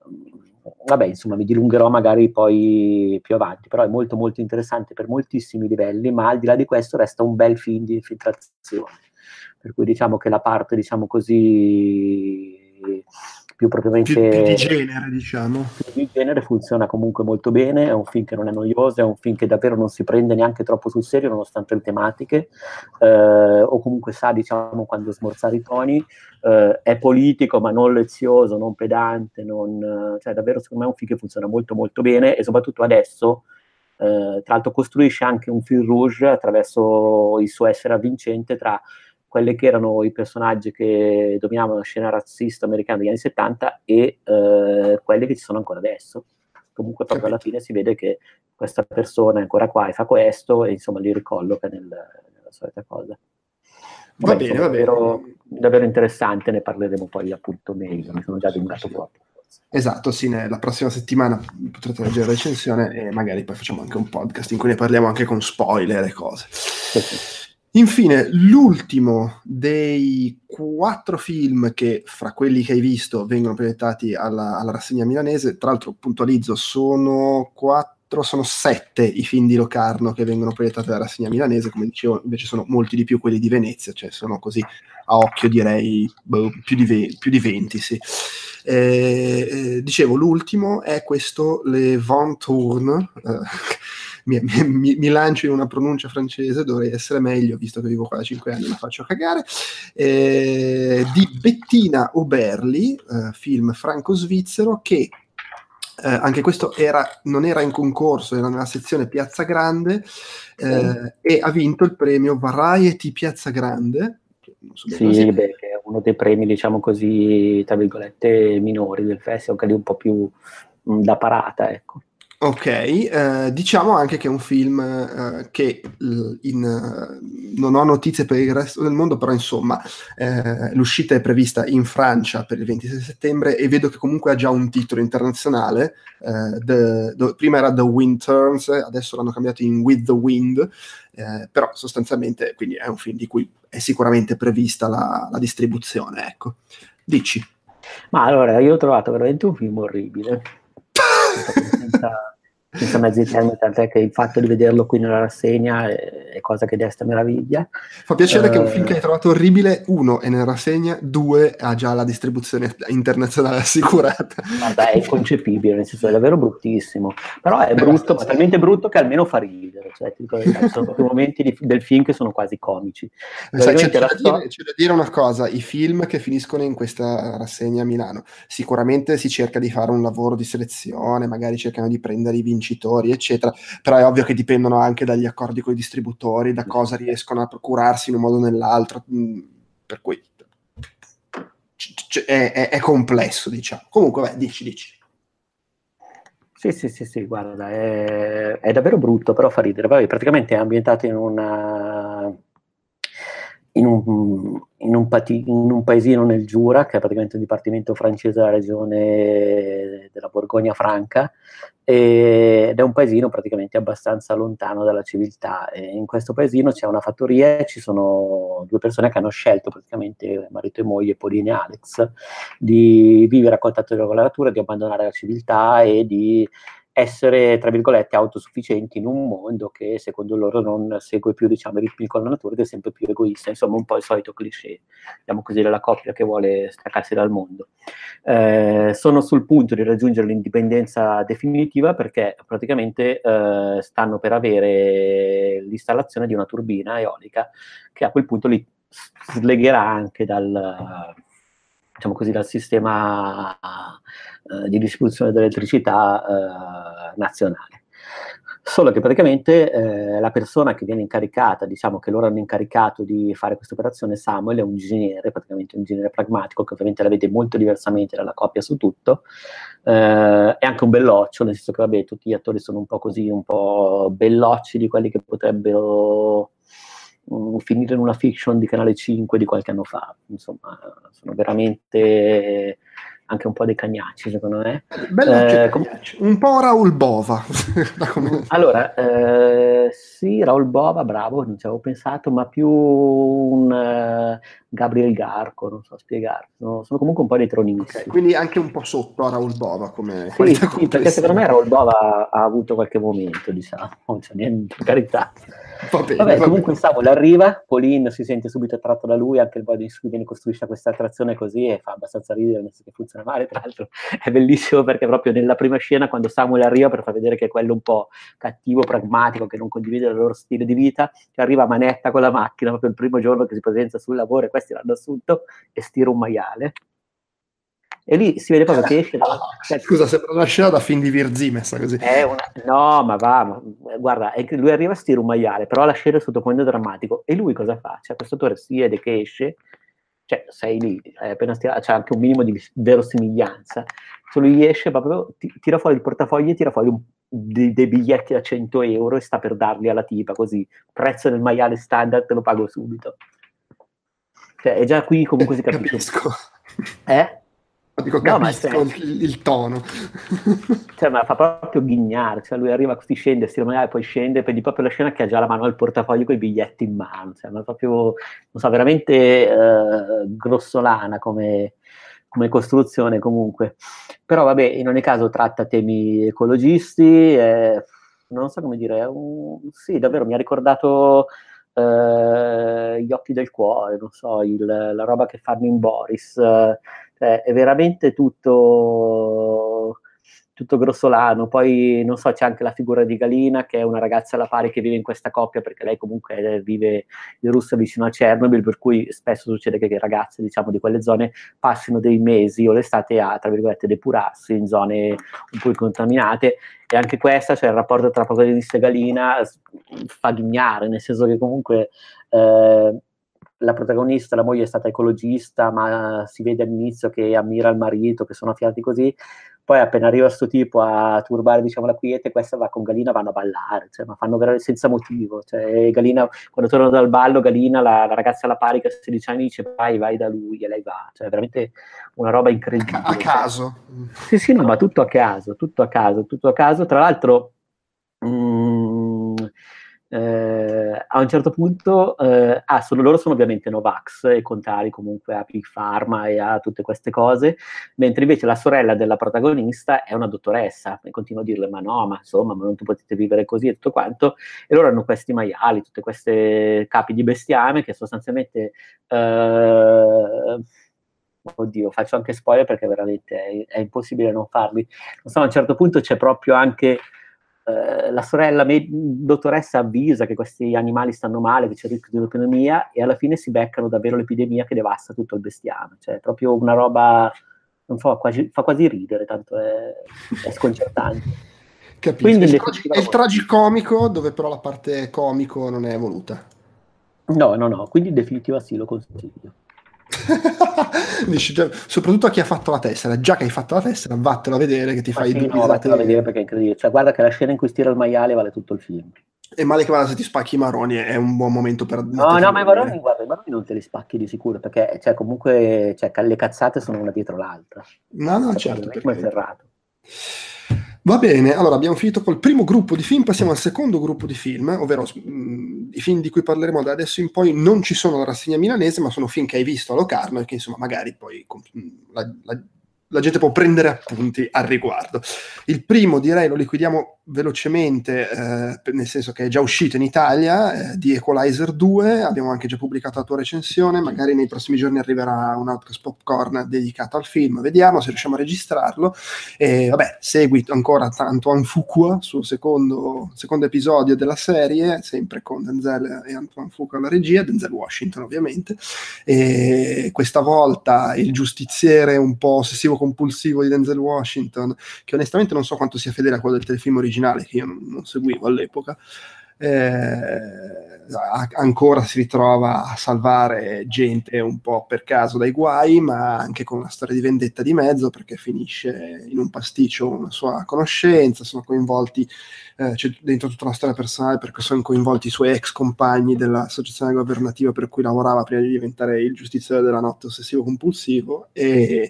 Vabbè, insomma, mi dilungherò magari poi più avanti, però è molto molto interessante per moltissimi livelli, ma al di là di questo resta un bel film di infiltrazione, per cui diciamo che la parte, diciamo così, più propriamente più, più di genere, diciamo. Più di genere funziona comunque molto bene, è un film che non è noioso, è un film che davvero non si prende neanche troppo sul serio nonostante le tematiche, eh, o comunque sa, diciamo, quando smorzare i toni, eh, è politico ma non lezioso, non pedante, non, cioè davvero secondo me è un film che funziona molto molto bene, e soprattutto adesso, eh, tra l'altro costruisce anche un fil rouge attraverso il suo essere avvincente tra quelli che erano i personaggi che dominavano la scena razzista americana degli anni settanta e eh, quelli che ci sono ancora adesso. Comunque proprio alla fine si vede che questa persona è ancora qua e fa questo, e insomma li ricolloca nel, nella solita cosa. Va Vabbè, bene, insomma, va davvero, bene. davvero interessante, ne parleremo poi appunto meglio, mi sono già dilungato troppo. Esatto, sì, ne- la prossima settimana potrete leggere la recensione e magari poi facciamo anche un podcast in cui ne parliamo anche con spoiler e cose. Sì, sì. Infine, l'ultimo dei quattro film che, fra quelli che hai visto, vengono proiettati alla, alla rassegna milanese, tra l'altro puntualizzo, sono quattro, sono sette i film di Locarno che vengono proiettati alla rassegna milanese, come dicevo, invece sono molti di più quelli di Venezia, cioè sono così a occhio direi boh, più, di ve- più di venti, sì. Eh, eh, dicevo, l'ultimo è questo Le Vent Tourne, eh, mi, mi, mi lancio in una pronuncia francese, dovrei essere meglio visto che vivo qua da cinque anni, ma faccio cagare, eh, di Bettina Oberli, eh, film franco-svizzero che eh, anche questo era, non era in concorso, era nella sezione Piazza Grande, eh, e ha vinto il premio Variety Piazza Grande. Non so bene Sì, beh, che è uno dei premi, diciamo così, tra virgolette, minori del festival, quelli un po' più mh, da parata, ecco. Ok, eh, diciamo anche che è un film eh, che l- in, uh, non ho notizie per il resto del mondo, però insomma eh, l'uscita è prevista in Francia per il ventisei settembre e vedo che comunque ha già un titolo internazionale, eh, the, the, prima era The Wind Turns, adesso l'hanno cambiato in With the Wind, eh, però sostanzialmente quindi è un film di cui è sicuramente prevista la, la distribuzione, ecco. Dici. Ma allora, io ho trovato veramente un film orribile. senza, senza mezzi termini, tant'è che il fatto di vederlo qui nella rassegna è, è cosa che desta meraviglia. Fa piacere uh, che un film che hai trovato orribile, uno, è nella rassegna, due, ha già la distribuzione internazionale assicurata. Guarda, è inconcepibile, nel senso è davvero bruttissimo, però è brutto, ma talmente brutto che almeno fa ridere, cioè, ti dico, ci sono proprio momenti di, del film che sono quasi comici. Sai, c'è, c'è, da sto... dire, c'è da dire una cosa, i film che finiscono in questa rassegna a Milano, sicuramente si cerca di fare un lavoro di selezione, magari cercano di prendere i vincitori, eccetera, però è ovvio che dipendono anche dagli accordi con i distributori, da cosa riescono a procurarsi in un modo o nell'altro, per cui è, è, è complesso, diciamo. Comunque, vai, dici, dici. Sì, sì, sì, sì, guarda, è, è davvero brutto, però fa ridere. Poi praticamente è ambientato in una... In un, in, un pati, in un paesino nel Giura, che è praticamente un dipartimento francese della regione della Borgogna Franca, e, ed è un paesino praticamente abbastanza lontano dalla civiltà. E in questo paesino c'è una fattoria e ci sono due persone che hanno scelto, praticamente marito e moglie, Pauline e Alex, di vivere a contatto con la natura, di abbandonare la civiltà e di essere, tra virgolette, autosufficienti in un mondo che secondo loro non segue più, diciamo, i ritmi con la natura ed è sempre più egoista, insomma un po' il solito cliché, diciamo così, della coppia che vuole staccarsi dal mondo. Eh, sono sul punto di raggiungere l'indipendenza definitiva perché praticamente eh, stanno per avere l'installazione di una turbina eolica che a quel punto li slegherà anche dal, diciamo così, dal sistema eh, di distribuzione dell'elettricità eh, nazionale. Solo che praticamente eh, la persona che viene incaricata, diciamo che loro hanno incaricato di fare questa operazione, Samuel, è un ingegnere, praticamente un ingegnere pragmatico, che ovviamente la vede molto diversamente dalla coppia su tutto, eh, è anche un belloccio, nel senso che vabbè, tutti gli attori sono un po' così, un po' bellocci di quelli che potrebbero um, finire in una fiction di Canale cinque di qualche anno fa, insomma, sono veramente anche un po' dei cagnacci, secondo me. Belloccio Eh, e com- cagnaccio. Un po' Raul Bova. Da come- allora, eh, sì, Raul Bova, bravo, non ci avevo pensato, ma più un eh, Gabriel Garco, non so spiegare. Sono, sono comunque un po' dei Ok, tronisti. quindi anche un po' sotto a Raul Bova come Sì, qualità sì, perché secondo complessiva. me Raul Bova ha avuto qualche momento, diciamo, cioè, niente, per carità. Va bene, Vabbè, va comunque bene. Samuel arriva, Pauline si sente subito attratto da lui, anche il body in cui costruisce questa attrazione così e fa abbastanza ridere, nel senso che funziona male, tra l'altro è bellissimo perché proprio nella prima scena quando Samuel arriva per far vedere che è quello un po' cattivo, pragmatico, che non condivide il loro stile di vita, che arriva a manetta con la macchina proprio il primo giorno che si presenta sul lavoro e questi l'hanno assunto e stira un maiale. E lì si vede proprio che esce dalla... cioè, Scusa, sembra una scena da film di Virzì messa così. è una... No, ma va, ma... guarda, è che lui arriva a stire un maiale, però la scena è sottofondo drammatico. E lui cosa fa? Cioè, questo attore si vede che esce, cioè, sei lì, hai appena stirato, c'è anche un minimo di verosimiglianza. Se lui esce, proprio ti- tira fuori il portafoglio e tira fuori un- dei, dei biglietti da cento euro e sta per darli alla tipa, così, prezzo del maiale standard, te lo pago subito. Cioè, e già qui comunque si capisce un po'. Capisco. Eh? Dico, No, ma capisco cioè, il, il tono. cioè, ma fa proprio ghignare, cioè lui arriva così, scende, si rimane, poi scende, vedi proprio la scena che ha già la mano al portafoglio con i biglietti in mano, cioè, ma proprio, non so, veramente eh, grossolana come, come costruzione comunque. Però vabbè, in ogni caso tratta temi ecologisti, eh, non so come dire, è un- sì, davvero mi ha ricordato eh, Gli occhi del cuore, non so, il- la roba che fanno in Boris, eh, cioè, è veramente tutto, tutto grossolano. Poi, non so, c'è anche la figura di Galina, che è una ragazza alla pari che vive in questa coppia, perché lei comunque eh, vive in Russia vicino a Chernobyl, per cui spesso succede che le ragazze, diciamo, di quelle zone passino dei mesi o l'estate a, tra virgolette, depurarsi in zone un po' contaminate. E anche questa, cioè il rapporto tra protagonista e Galina, fa ghignare, nel senso che comunque... Eh, la protagonista, la moglie è stata ecologista, ma si vede all'inizio che ammira il marito, che sono affiati così, poi appena arriva sto tipo a turbare, diciamo, la quiete, questa va con Galina, vanno a ballare, cioè, ma fanno veramente senza motivo, cioè, Galina, quando tornano dal ballo, Galina, la, la ragazza alla pari che ha sedici anni, dice vai, vai da lui, e lei va, cioè veramente una roba incredibile. A caso. Cioè. Sì, sì, no, ma tutto a caso, tutto a caso, tutto a caso, tra l'altro... Mm, eh, a un certo punto, eh, ah, sono, loro sono ovviamente Novax e contrari comunque a Big Pharma e a tutte queste cose, mentre invece la sorella della protagonista è una dottoressa e continua a dirle ma no, ma insomma, ma non potete vivere così e tutto quanto, e loro hanno questi maiali, tutte queste capi di bestiame che sostanzialmente eh, oddio, faccio anche spoiler perché veramente è, è impossibile non farli. Non so, a un certo punto c'è proprio anche eh, la sorella me- dottoressa avvisa che questi animali stanno male, che c'è il rischio di un'epidemia, e alla fine si beccano davvero l'epidemia che devasta tutto il bestiame. Cioè, è proprio una roba, non so, quasi, fa quasi ridere, tanto è, è sconcertante. Capisco. Quindi, È in il, tragi- definitiva, è il tragicomico dove però la parte comico non è voluta. no, no, no, quindi in definitiva sì, lo consiglio. Dici, già- soprattutto a chi ha fatto la tessera, già che hai fatto la tessera, vattelo a vedere che ti Ma fai sì, due no, vattelo a vedere risate. perché è incredibile. Cioè, guarda che la scena in cui stira il maiale vale tutto il film. E male che vada se ti spacchi i maroni, è un buon momento per No, no, metterli ma a i marroni, dormire. guarda, i marroni non te li spacchi di sicuro, perché cioè, comunque cioè, le cazzate sono una dietro l'altra. No, no, Cioè, certo, non è per come carità. Ferrato. Va bene, allora abbiamo finito col primo gruppo di film, passiamo al secondo gruppo di film, ovvero mh, i film di cui parleremo da adesso in poi non ci sono la rassegna milanese, ma sono film che hai visto a Locarno e che insomma magari poi mh, la, la, la gente può prendere appunti al riguardo. Il primo direi lo liquidiamo velocemente, eh, nel senso che è già uscito in Italia, eh, di Equalizer due, abbiamo anche già pubblicato la tua recensione, magari nei prossimi giorni arriverà un Outcast Popcorn dedicato al film, vediamo se riusciamo a registrarlo. E vabbè, segui ancora Antoine Fuqua sul secondo, secondo episodio della serie, sempre con Denzel e Antoine Fuqua alla regia, Denzel Washington ovviamente, e questa volta il giustiziere un po' ossessivo ossessivo compulsivo di Denzel Washington, che onestamente non so quanto sia fedele a quello del telefilm originale, che io non, non seguivo all'epoca. Eh, ancora si ritrova a salvare gente un po' per caso dai guai, ma anche con una storia di vendetta di mezzo, perché finisce in un pasticcio una sua conoscenza, sono coinvolti, eh, c'è dentro tutta una storia personale perché sono coinvolti i suoi ex compagni dell'associazione governativa per cui lavorava prima di diventare il giustiziere della notte ossessivo compulsivo, e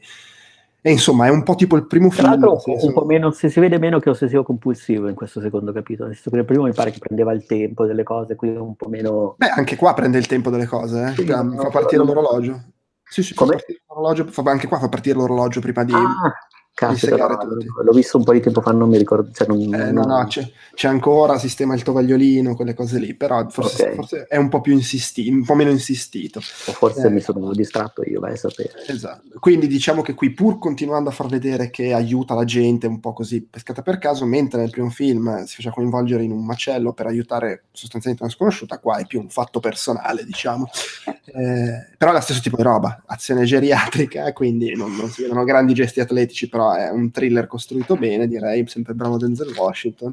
E insomma è un po' tipo il primo Tra film. l'altro Senso... un po' meno, si, si vede meno che ossessivo compulsivo in questo secondo capitolo, nel senso che nel primo mi pare che prendeva il tempo delle cose, qui è un po' meno... Beh, anche qua prende il tempo delle cose, eh. Sì, Fa no, partire no, l'orologio. Sì, sì, fa come? partire l'orologio, fa, anche qua fa partire l'orologio prima di, Ah, di caspita, no, segare no, tutti. l'ho visto un po' di tempo fa, non mi ricordo, cioè non, Eh, non, no, no, non... c'è, c'è ancora, sistema il tovagliolino, quelle cose lì, però forse, Okay. forse è un po' più insistito, un po' meno insistito. O forse Eh, mi sono distratto io, vai a sapere. Esatto. Quindi diciamo che qui, pur continuando a far vedere che aiuta la gente un po' così pescata per caso, mentre nel primo film si faceva coinvolgere in un macello per aiutare sostanzialmente una sconosciuta, qua è più un fatto personale, diciamo. Eh, però è lo stesso tipo di roba, azione geriatrica, quindi non, non si vedono grandi gesti atletici, però è un thriller costruito bene, direi, sempre bravo Denzel Washington.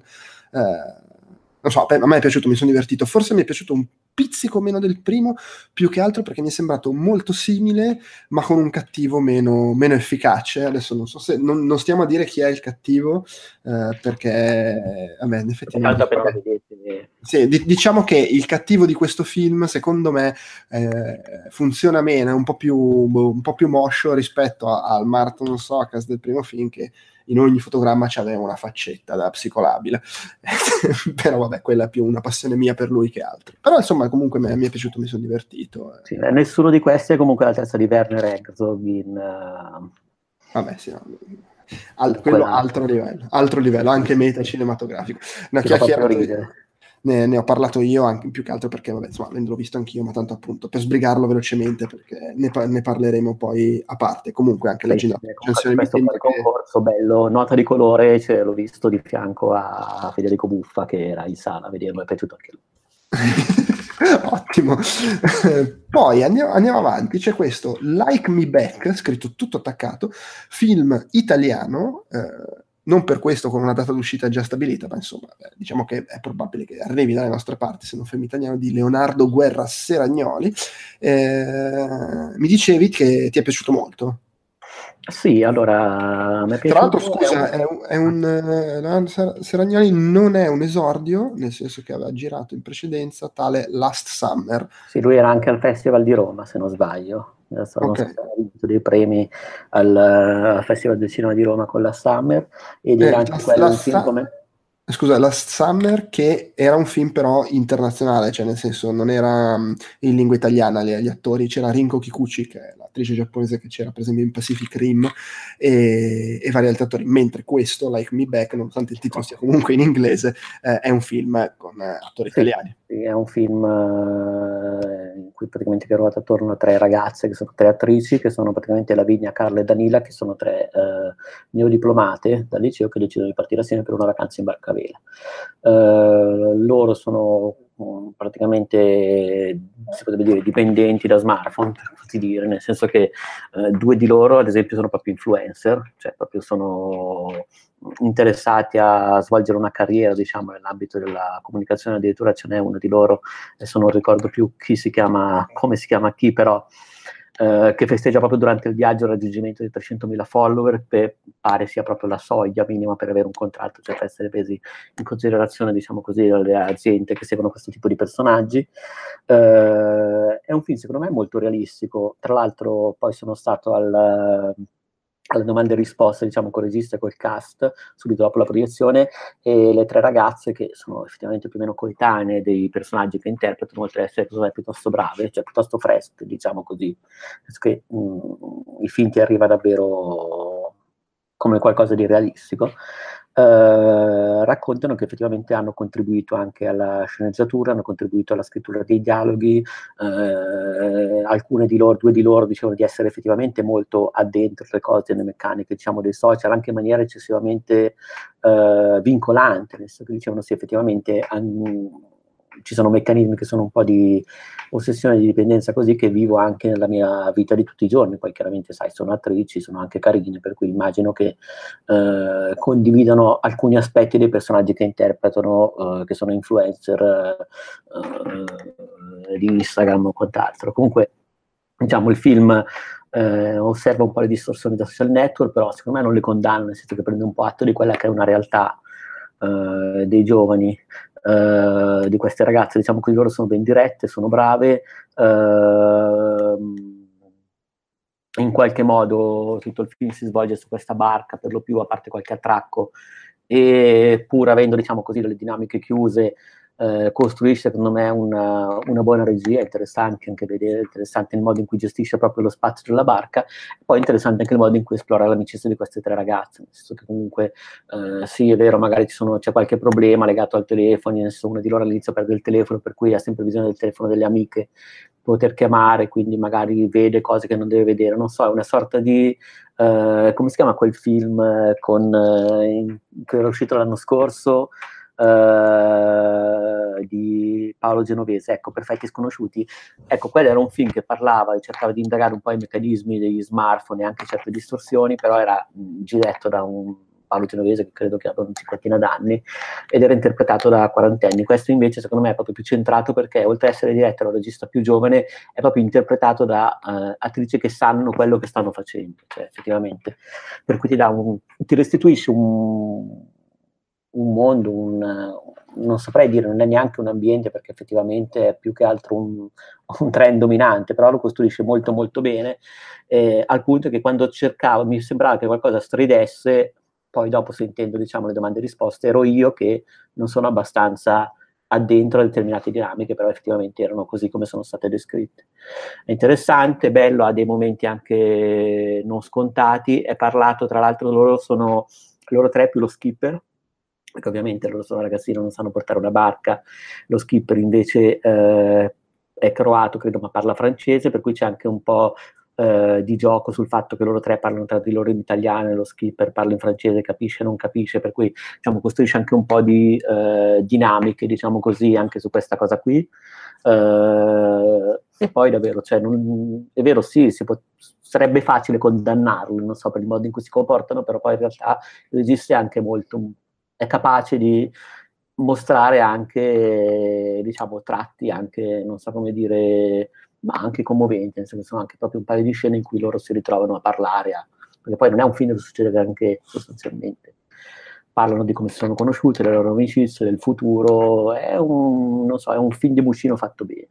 Eh, non so, a me è piaciuto, mi sono divertito, forse mi è piaciuto un pizzico meno del primo, più che altro perché mi è sembrato molto simile, ma con un cattivo meno, meno efficace. Adesso non so se, non, non stiamo a dire chi è il cattivo, eh, perché, vabbè, in effetti non Tanto dico, appena lo vabbè. vedete... Sì, di- diciamo che il cattivo di questo film, secondo me, eh, funziona meno, è un po' più, un po' più moscio rispetto a- al Martin Sokas del primo film, che in ogni fotogramma c'aveva una faccetta da psicolabile. Però vabbè, quella è più una passione mia per lui che altro. Però insomma, comunque me- mi è piaciuto, mi sono divertito. Sì, eh, nessuno di questi è comunque la testa di Werner Herzog in, uh, Vabbè, sì, no. Al- in quello quell'altro. altro livello, altro livello, anche meta cinematografico. Una Che fa proprio chiacchierata, ridere. ne, ne ho parlato io anche più che altro perché, vabbè, insomma, l'ho visto anch'io, ma tanto appunto per sbrigarlo velocemente, perché ne, pa- ne parleremo poi a parte. Comunque anche la Sì, gin- comunque recensione questo mi fuori sembra che... concorso, bello, nota di colore, cioè, l'ho visto di fianco a Federico Buffa che era in sala a vederlo, mi è piaciuto anche lui. Ottimo. Poi andiamo, andiamo avanti, c'è questo Like Me Back, scritto tutto attaccato, film italiano, eh, non per questo con una data d'uscita già stabilita, ma insomma, eh, diciamo che è probabile che arrivi dalle nostre parti, se non film italiano, di Leonardo Guerra Seragnoli. Eh, mi dicevi che ti è piaciuto molto. Sì, allora mi è Tra l'altro, piaciuto. È scusa, un... è un, è un, eh, Leonardo Ser- Seragnoli non è un esordio, nel senso che aveva girato in precedenza tale Last Summer. Sì, lui era anche al Festival di Roma, se non sbaglio. Adesso non so Ok. se ha vinto dei premi al, al Festival del Cinema di Roma con la Summer, ed era Eh, anche Last- quello un Last film Su- come... Scusa, Last Summer, che era un film però internazionale, cioè nel senso non era mh, in lingua italiana, gli, gli attori, c'era Rinko Kikuchi, che è l'attrice giapponese che c'era per esempio in Pacific Rim, e, e vari altri attori, mentre questo, Like Me Back, nonostante il titolo sia comunque in inglese, eh, è un film con eh, attori Sì, italiani. sì, è un film eh, in cui praticamente che ruota attorno a tre ragazze, che sono tre attrici, che sono praticamente Lavinia, Carla e Danila, che sono tre eh, neodiplomate dal liceo che decidono di partire assieme per una vacanza in barcavela. Eh, loro sono um, praticamente, si potrebbe dire, dipendenti da smartphone, per così dire, nel senso che eh, due di loro, ad esempio, sono proprio influencer, cioè proprio sono interessati a svolgere una carriera, diciamo, nell'ambito della comunicazione. Addirittura ce n'è uno di loro, adesso non ricordo più chi si chiama, come si chiama chi, però eh, che festeggia proprio durante il viaggio il raggiungimento di trecentomila follower, che pare sia proprio la soglia minima per avere un contratto, cioè per essere presi in considerazione, diciamo così, dalle aziende che seguono questo tipo di personaggi. Eh, è un film secondo me molto realistico. Tra l'altro poi sono stato al alle domande e risposte, diciamo, col regista e col cast subito dopo la proiezione, e le tre ragazze, che sono effettivamente più o meno coetanee dei personaggi che interpretano, oltre ad essere me, piuttosto brave, cioè piuttosto fresche, diciamo così, perché mh, il film ti arriva davvero come qualcosa di realistico. Eh, raccontano che effettivamente hanno contribuito anche alla sceneggiatura, hanno contribuito alla scrittura dei dialoghi. Eh, alcune di loro, due di loro dicevano di essere effettivamente molto addentro alle cose, alle meccaniche, diciamo, dei social, anche in maniera eccessivamente eh, vincolante, nel senso che dicevano sì, effettivamente hanno, ci sono meccanismi che sono un po' di ossessione, di dipendenza così, che vivo anche nella mia vita di tutti i giorni. Poi chiaramente, sai, sono attrici, sono anche carine, per cui immagino che eh, condividano alcuni aspetti dei personaggi che interpretano, eh, che sono influencer eh, di Instagram o quant'altro. Comunque, diciamo, il film eh, osserva un po' le distorsioni da social network, però secondo me non le condanna, nel senso che prende un po' atto di quella che è una realtà eh, dei giovani, eh, di queste ragazze, diciamo che loro sono ben dirette, sono brave, eh, in qualche modo tutto il film si svolge su questa barca, per lo più, a parte qualche attracco, e pur avendo, diciamo così, delle dinamiche chiuse, eh, costruisce secondo me una, una buona regia, interessante anche vedere, interessante il modo in cui gestisce proprio lo spazio della barca, e poi interessante anche il modo in cui esplora l'amicizia di queste tre ragazze, nel senso che comunque eh, sì, è vero, magari ci sono, c'è qualche problema legato al telefono, nel senso una di loro all'inizio perde il telefono, per cui ha sempre bisogno del telefono delle amiche, poter chiamare, quindi magari vede cose che non deve vedere, non so, è una sorta di, eh, come si chiama quel film eh, con, eh, in, che era uscito l'anno scorso, eh, di Paolo Genovese, ecco, Perfetti Sconosciuti. Ecco, quello era un film che parlava e cercava di indagare un po' i meccanismi degli smartphone e anche certe distorsioni, però era mh, diretto da un Paolo Genovese che credo che abbia una cinquantina d'anni ed era interpretato da quarantenni. Questo invece secondo me è proprio più centrato, perché oltre ad essere diretto da un regista più giovane è proprio interpretato da uh, attrici che sanno quello che stanno facendo, cioè effettivamente, per cui ti dà un, ti restituisce un, un mondo, un, non saprei dire, non è neanche un ambiente, perché effettivamente è più che altro un, un trend dominante, però lo costruisce molto molto bene, eh, al punto che quando cercavo, mi sembrava che qualcosa stridesse, poi dopo, sentendo, diciamo, le domande e risposte, ero io che non sono abbastanza addentro a determinate dinamiche, però effettivamente erano così come sono state descritte. È interessante, bello, ha dei momenti anche non scontati, è parlato, tra l'altro loro sono, loro tre più lo skipper, perché ovviamente loro sono ragazzini, non sanno portare una barca, lo skipper invece eh, è croato, credo, ma parla francese, per cui c'è anche un po' eh, di gioco sul fatto che loro tre parlano tra di loro in italiano e lo skipper parla in francese, capisce, non capisce, per cui diciamo, costruisce anche un po' di eh, dinamiche, diciamo così, anche su questa cosa qui. Uh, e poi davvero, cioè, non, è vero, sì, si può, sarebbe facile condannarli, non so, per il modo in cui si comportano, però poi in realtà il regista è anche molto, è capace di mostrare anche, diciamo, tratti anche, non so come dire, ma anche commoventi, nel senso che sono anche proprio un paio di scene in cui loro si ritrovano a parlare, a, perché poi non è un film dove succede anche sostanzialmente. Parlano di come si sono conosciute, delle loro amicizie, del futuro, è un, non so, è un film di Buccino fatto bene.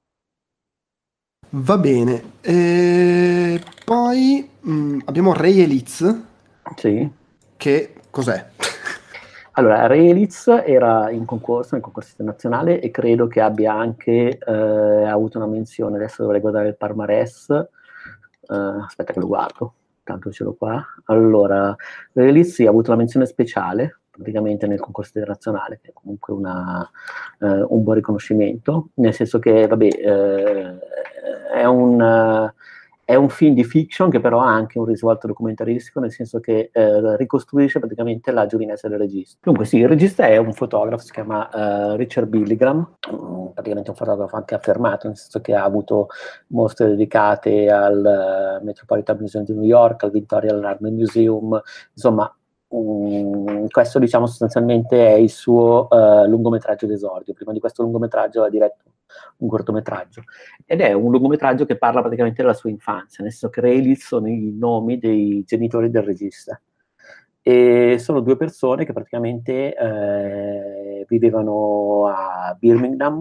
Va bene, e poi mh, abbiamo Ray e Liz. Sì. Che cos'è? Allora, Ray e Liz era in concorso, nel concorso internazionale, e credo che abbia anche eh, avuto una menzione, adesso dovrei guardare il palmarès, uh, aspetta che lo guardo, tanto ce l'ho qua. Allora, Ray e Liz sì, ha avuto una menzione speciale, praticamente nel concorso internazionale, che è comunque una, uh, un buon riconoscimento, nel senso che, vabbè, eh, è un... Uh, È un film di fiction che però ha anche un risvolto documentaristico, nel senso che eh, ricostruisce praticamente la giovinezza del regista. Dunque sì, il regista è un fotografo, si chiama uh, Richard Billingham, um, praticamente un fotografo anche affermato, nel senso che ha avuto mostre dedicate al uh, Metropolitan Museum di New York, al Victoria Art Museum, insomma, Um, questo diciamo sostanzialmente è il suo uh, lungometraggio d'esordio. Prima di questo lungometraggio ha diretto un cortometraggio ed è un lungometraggio che parla praticamente della sua infanzia, nel senso che Rayleigh sono i nomi dei genitori del regista e sono due persone che praticamente eh, vivevano a Birmingham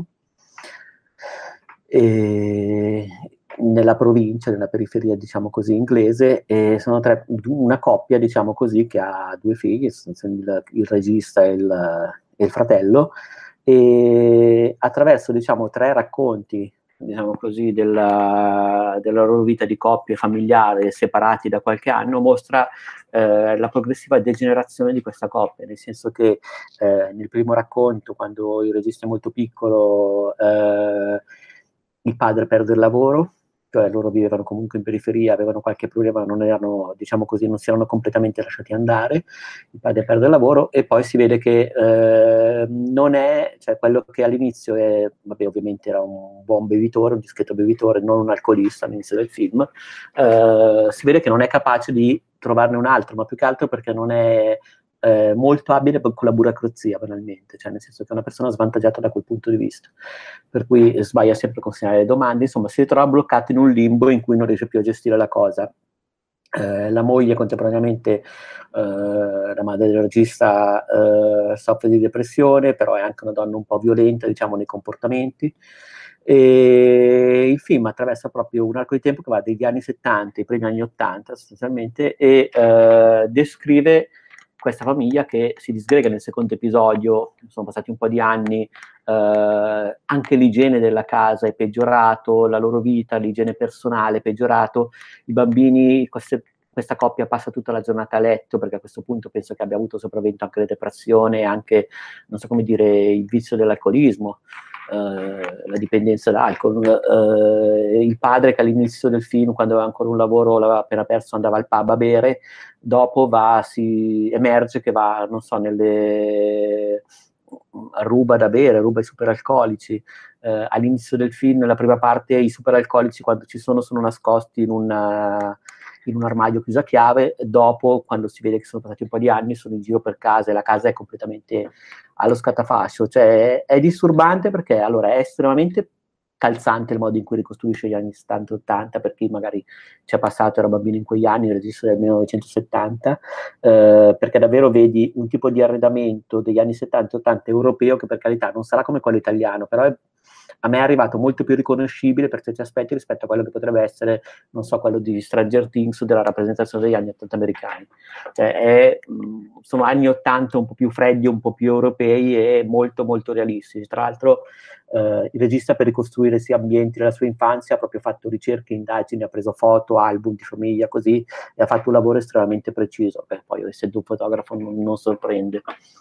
e nella provincia, nella periferia, diciamo così, inglese, e sono tre, una coppia, diciamo così, che ha due figli, il, il regista e il, e il fratello, e attraverso, diciamo, tre racconti, diciamo così, della, della loro vita di coppia familiare, separati da qualche anno, mostra eh, la progressiva degenerazione di questa coppia, nel senso che eh, nel primo racconto, quando il regista è molto piccolo, eh, il padre perde il lavoro, cioè loro vivevano comunque in periferia, avevano qualche problema, non erano, diciamo così, non si erano completamente lasciati andare, il padre perde il lavoro e poi si vede che eh, non è, cioè quello che all'inizio è, vabbè ovviamente era un buon bevitore, un discreto bevitore, non un alcolista all'inizio del film, eh, si vede che non è capace di trovarne un altro, ma più che altro perché non è eh, molto abile con la burocrazia, banalmente, cioè nel senso che è una persona svantaggiata da quel punto di vista, per cui sbaglia sempre a consegnare le domande, insomma si ritrova bloccato in un limbo in cui non riesce più a gestire la cosa. Eh, la moglie contemporaneamente, eh, la madre del regista, eh, soffre di depressione, però è anche una donna un po' violenta, diciamo, nei comportamenti. E il film attraversa proprio un arco di tempo che va dagli anni settanta ai primi anni ottanta sostanzialmente e eh, descrive questa famiglia che si disgrega nel secondo episodio, sono passati un po' di anni, eh, anche l'igiene della casa è peggiorato, la loro vita, l'igiene personale è peggiorato, i bambini, queste, questa coppia passa tutta la giornata a letto, perché a questo punto penso che abbia avuto sopravvento anche la depressione, anche, non so come dire, il vizio dell'alcolismo, eh, la dipendenza dall'alcol. Eh, il padre che all'inizio del film, quando aveva ancora un lavoro, l'aveva appena perso, andava al pub a bere, dopo va, si emerge che va, non so, nelle... ruba da bere, ruba i superalcolici. Eh, all'inizio del film, nella prima parte, i superalcolici quando ci sono sono nascosti in, una, in un armadio chiuso a chiave, dopo, quando si vede che sono passati un po' di anni, sono in giro per casa e la casa è completamente allo scatafascio. Cioè, è, è disturbante perché allora è estremamente calzante il modo in cui ricostruisce gli anni settanta ottanta, per chi magari ci è passato, era bambino in quegli anni, il registro del millenovecentosettanta, eh, perché davvero vedi un tipo di arredamento degli anni settanta ottanta europeo che per carità non sarà come quello italiano, però è, a me è arrivato molto più riconoscibile per certi aspetti rispetto a quello che potrebbe essere, non so, quello di Stranger Things o della rappresentazione degli anni ottanta americani. Cioè, è, sono anni ottanta un po' più freddi, un po' più europei e molto molto realistici. Tra l'altro Uh, il regista, per ricostruire sia ambienti della sua infanzia, ha proprio fatto ricerche, indagini, ha preso foto, album di famiglia, così, e ha fatto un lavoro estremamente preciso. Beh, poi essendo un fotografo non, non sorprende.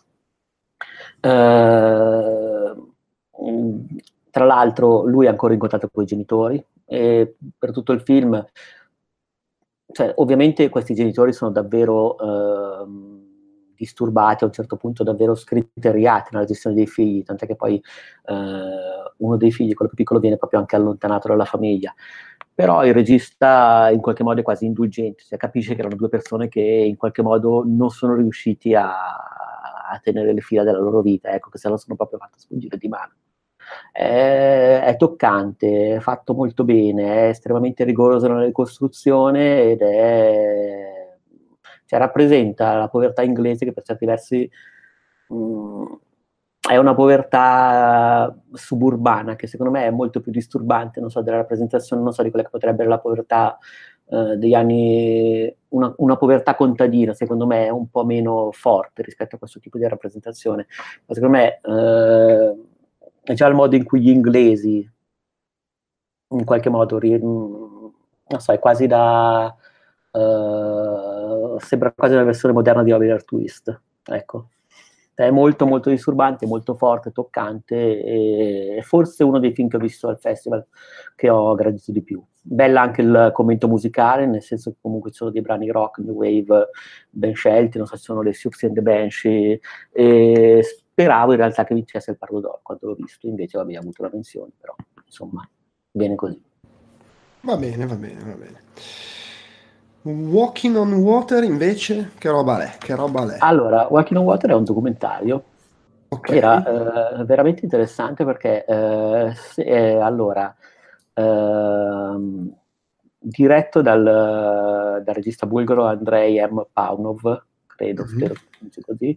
Uh, tra l'altro lui è ancora in contatto con i genitori e per tutto il film, cioè, ovviamente questi genitori sono davvero uh, disturbati, a un certo punto davvero scriteriati nella gestione dei figli, tant'è che poi eh, uno dei figli, quello più piccolo, viene proprio anche allontanato dalla famiglia. Però il regista in qualche modo è quasi indulgente, cioè capisce che erano due persone che in qualche modo non sono riusciti a, a tenere le fila della loro vita, ecco, che se la sono proprio fatta sfuggire di mano. È, è toccante, è fatto molto bene, è estremamente rigoroso nella ricostruzione ed è... cioè rappresenta la povertà inglese che per certi versi mh, è una povertà suburbana che secondo me è molto più disturbante, non so, della rappresentazione, non so, di quella che potrebbe essere la povertà eh, degli anni, una, una povertà contadina, secondo me è un po' meno forte rispetto a questo tipo di rappresentazione. Ma secondo me eh, è già il modo in cui gli inglesi in qualche modo, non so, è quasi da... Uh, sembra quasi una versione moderna di Oliver Twist, ecco. È molto molto disturbante, molto forte, toccante e è forse uno dei film che ho visto al festival che ho gradito di più. Bella anche il commento musicale, nel senso che comunque ci sono dei brani rock, new wave ben scelti, non so se sono le Siouxsie and the Banshee, e speravo in realtà che vincesse il Pardo d'Oro quando l'ho visto, invece vabbè, ha avuto la menzione, però insomma, bene così. Va bene, va bene, va bene. Walking on Water invece, che roba è? Che roba è? Allora, Walking on Water è un documentario. Okay. Era eh, veramente interessante perché eh, se, eh, allora ehm, diretto dal, dal regista bulgaro Andrei M. Paunov, credo, Mm-hmm. spero che si dice così.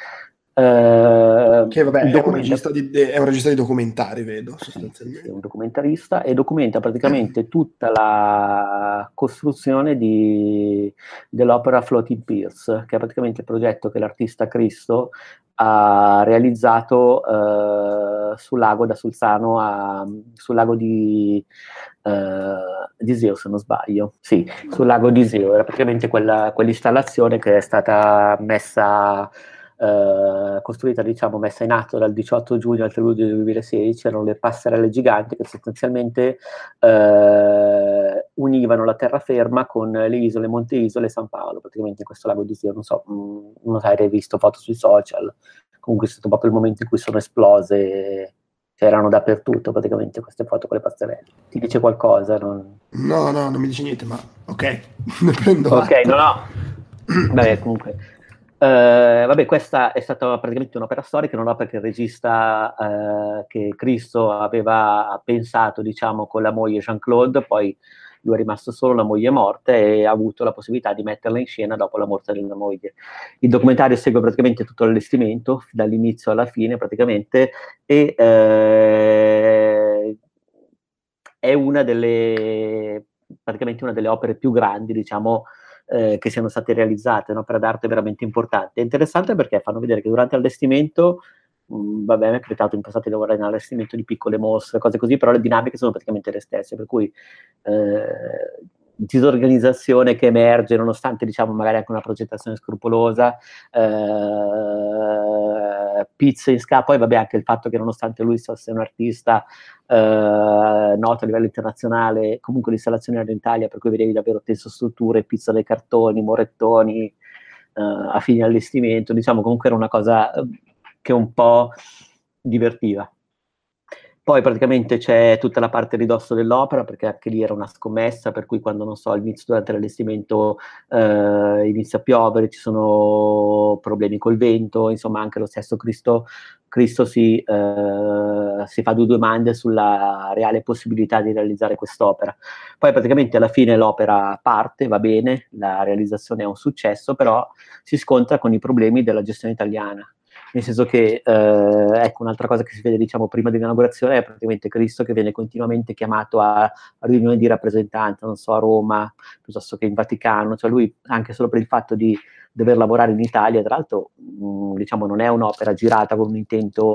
Eh, che vabbè, è un, documenta... regista di, è un regista di documentari, vedo, sostanzialmente. Sì, sì, è un documentarista e documenta praticamente tutta la costruzione di, dell'opera Floating Piers, che è praticamente il progetto che l'artista Cristo ha realizzato eh, sul lago da Sulzano, a, sul lago di, eh, di Iseo, se non sbaglio. Sì, sul lago di Iseo. Era praticamente quella, quell'installazione che è stata messa eh, costruita, diciamo, messa in atto dal diciotto giugno al tre luglio del duemilasedici, erano le passerelle giganti che sostanzialmente eh, univano la terraferma con le isole Monte Isole e San Paolo, praticamente in questo lago di Sio, non so, mh, non hai visto foto sui social, comunque è stato proprio il momento in cui sono esplose, cioè erano dappertutto praticamente queste foto con le passerelle. Ti dice qualcosa? Non... No, no, non mi dice niente, ma ok, ne prendo Ok, atto. no, no. Vabbè, comunque. Uh, vabbè, questa è stata praticamente un'opera storica, un'opera che il regista uh, che Cristo aveva pensato, diciamo, con la moglie Jean-Claude, poi lui è rimasto solo, la moglie è morta e ha avuto la possibilità di metterla in scena dopo la morte della moglie. Il documentario segue praticamente tutto l'allestimento, dall'inizio alla fine praticamente, e uh, è una delle, praticamente una delle opere più grandi, diciamo, Eh, che siano state realizzate, un'opera d'arte veramente importante. È interessante perché fanno vedere che durante l'allestimento, mh, vabbè, mi è capitato in passato di lavorare in allestimento di piccole mostre, cose così, però le dinamiche sono praticamente le stesse, per cui eh, disorganizzazione che emerge nonostante, diciamo, magari anche una progettazione scrupolosa, eh, pizze in scatola, poi vabbè anche il fatto che nonostante lui fosse un artista eh, noto a livello internazionale, comunque l'installazione era in Italia, per cui vedevi davvero tensostrutture, pizza dai cartoni, morettoni eh, a fine allestimento, diciamo comunque era una cosa che un po' divertiva. Poi praticamente c'è tutta la parte a ridosso dell'opera, perché anche lì era una scommessa, per cui quando, non so, all'inizio durante l'allestimento eh, inizia a piovere, ci sono problemi col vento, insomma anche lo stesso Cristo, Cristo si, eh, si fa due domande sulla reale possibilità di realizzare quest'opera. Poi praticamente alla fine l'opera parte, va bene, la realizzazione è un successo, però si scontra con i problemi della gestione italiana. Nel senso che, eh, ecco, un'altra cosa che si vede, diciamo, prima dell'inaugurazione è praticamente Cristo che viene continuamente chiamato a, a riunioni di rappresentanza, non so, a Roma, piuttosto che in Vaticano, cioè lui, anche solo per il fatto di dover lavorare in Italia, tra l'altro, mh, diciamo, non è un'opera girata con un intento,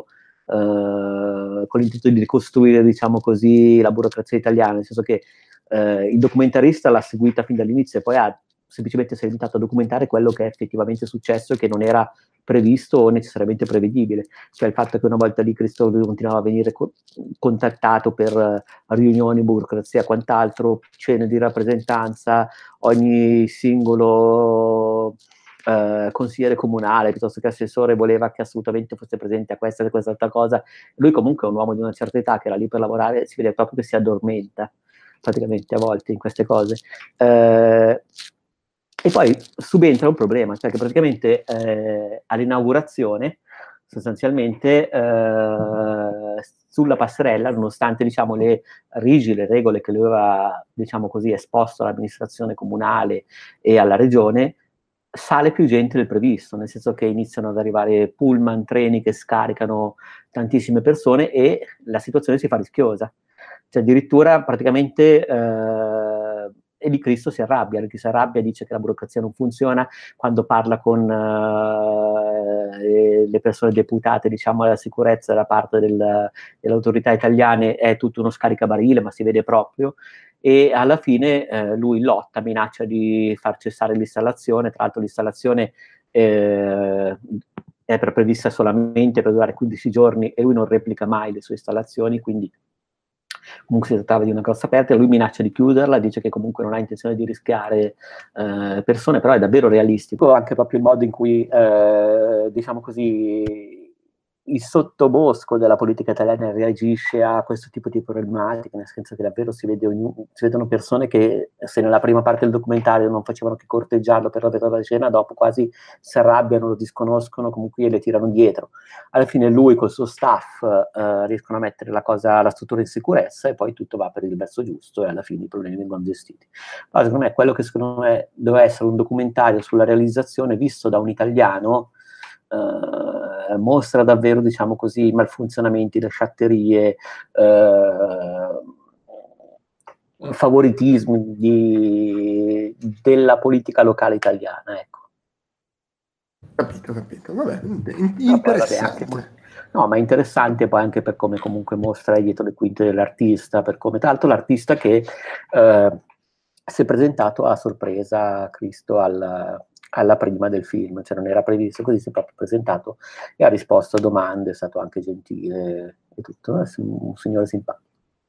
eh, con l'intento di ricostruire, diciamo così, la burocrazia italiana, nel senso che eh, il documentarista l'ha seguita fin dall'inizio e poi ha semplicemente si è limitato a documentare quello che è effettivamente successo e che non era previsto o necessariamente prevedibile, cioè il fatto che una volta lì Cristo continuava a venire co- contattato per uh, riunioni, burocrazia, quant'altro, cene di rappresentanza, ogni singolo uh, consigliere comunale piuttosto che assessore voleva che assolutamente fosse presente a questa e quest'altra cosa. Lui comunque è un uomo di una certa età che era lì per lavorare, si vede proprio che si addormenta praticamente a volte in queste cose. Uh, E poi subentra un problema, cioè che praticamente eh, all'inaugurazione, sostanzialmente eh, sulla passerella, nonostante diciamo, le rigide regole che lui aveva diciamo così, esposto all'amministrazione comunale e alla regione, sale più gente del previsto, nel senso che iniziano ad arrivare pullman, treni che scaricano tantissime persone e la situazione si fa rischiosa. Cioè addirittura praticamente... Eh, e lì Cristo si arrabbia, perché si arrabbia, dice che la burocrazia non funziona, quando parla con uh, le persone deputate, diciamo, alla sicurezza da parte del, delle autorità italiane è tutto uno scaricabarile, ma si vede proprio, e alla fine eh, lui lotta, minaccia di far cessare l'installazione, tra l'altro l'installazione eh, è prevista solamente per durare quindici giorni e lui non replica mai le sue installazioni, quindi comunque si trattava di una grossa aperta e lui minaccia di chiuderla, dice che comunque non ha intenzione di rischiare eh, persone, però è davvero realistico anche proprio il modo in cui eh, diciamo così il sottobosco della politica italiana reagisce a questo tipo di problematiche, nel senso che davvero si, vede ognuno, si vedono persone che se nella prima parte del documentario non facevano che corteggiarlo per vedere la scena, dopo quasi si arrabbiano, lo disconoscono, comunque le tirano dietro. Alla fine lui col suo staff eh, riescono a mettere la cosa, la struttura in sicurezza e poi tutto va per il verso giusto e alla fine i problemi vengono gestiti. Però secondo me quello che secondo me doveva essere un documentario sulla realizzazione visto da un italiano Uh, mostra davvero, diciamo così, i malfunzionamenti, le sciatterie, uh, favoritismi di, della politica locale italiana, ecco. Capito, capito, vabbè, interessante. No, poi, vabbè, anche, no, ma interessante poi anche per come comunque mostra dietro le quinte dell'artista, per come, tra l'altro l'artista che uh, si è presentato a sorpresa a Cristo al, alla prima del film, cioè non era previsto, così si è proprio presentato e ha risposto a domande, è stato anche gentile e tutto, è un signore simpatico.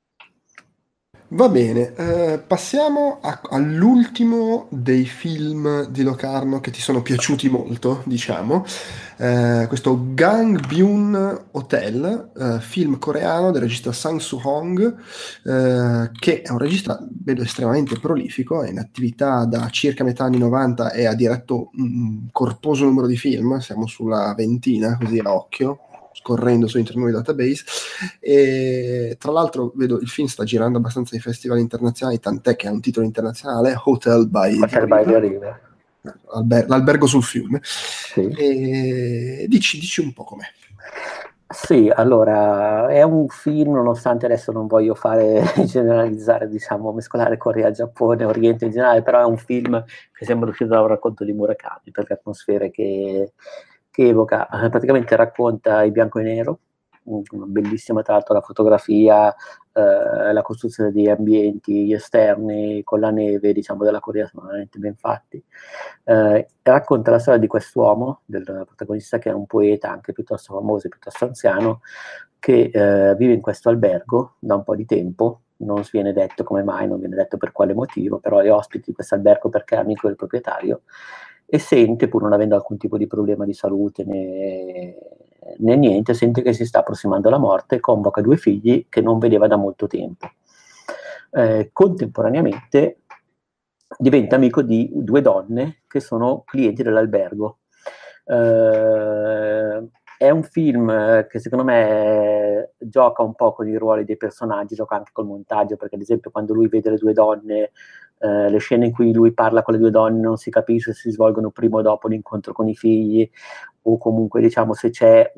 Va bene, eh, passiamo a- all'ultimo dei film di Locarno che ti sono piaciuti molto, diciamo. Eh, questo Gang Byun Hotel, eh, film coreano del regista Sang Soo-hong, eh, che è un regista, vedo, estremamente prolifico, è in attività da circa metà anni novanta e ha diretto un corposo numero di film, siamo sulla ventina, così a occhio, scorrendo su Internet Database. E tra l'altro vedo il film sta girando abbastanza ai festival internazionali, tant'è che ha un titolo internazionale, Hotel by Hotel by the River. Alber- l'albergo sul fiume. Sì. E dici, dici un po' com'è. Sì, allora è un film, nonostante adesso non voglio fare generalizzare, diciamo, mescolare Corea, Giappone, Oriente in generale, però è un film che sembra uscito da un racconto di Murakami per le atmosfere che, che evoca. Eh, praticamente racconta in bianco e nero, una bellissima tra l'altro la fotografia, eh, la costruzione degli ambienti, gli esterni con la neve, diciamo, della Corea sono veramente ben fatti. Eh, racconta la storia di quest'uomo, del protagonista, che è un poeta anche piuttosto famoso e piuttosto anziano, che eh, vive in questo albergo da un po' di tempo. Non si viene detto come mai, non viene detto per quale motivo, però è ospite di questo albergo perché è amico del proprietario e sente, pur non avendo alcun tipo di problema di salute né, né niente, sente che si sta approssimando la morte e convoca due figli che non vedeva da molto tempo. Eh, contemporaneamente diventa amico di due donne che sono clienti dell'albergo. Eh, è un film che secondo me gioca un po' con i ruoli dei personaggi, gioca anche col montaggio, perché ad esempio quando lui vede le due donne, eh, le scene in cui lui parla con le due donne non si capisce se si svolgono prima o dopo l'incontro con i figli, o comunque diciamo se c'è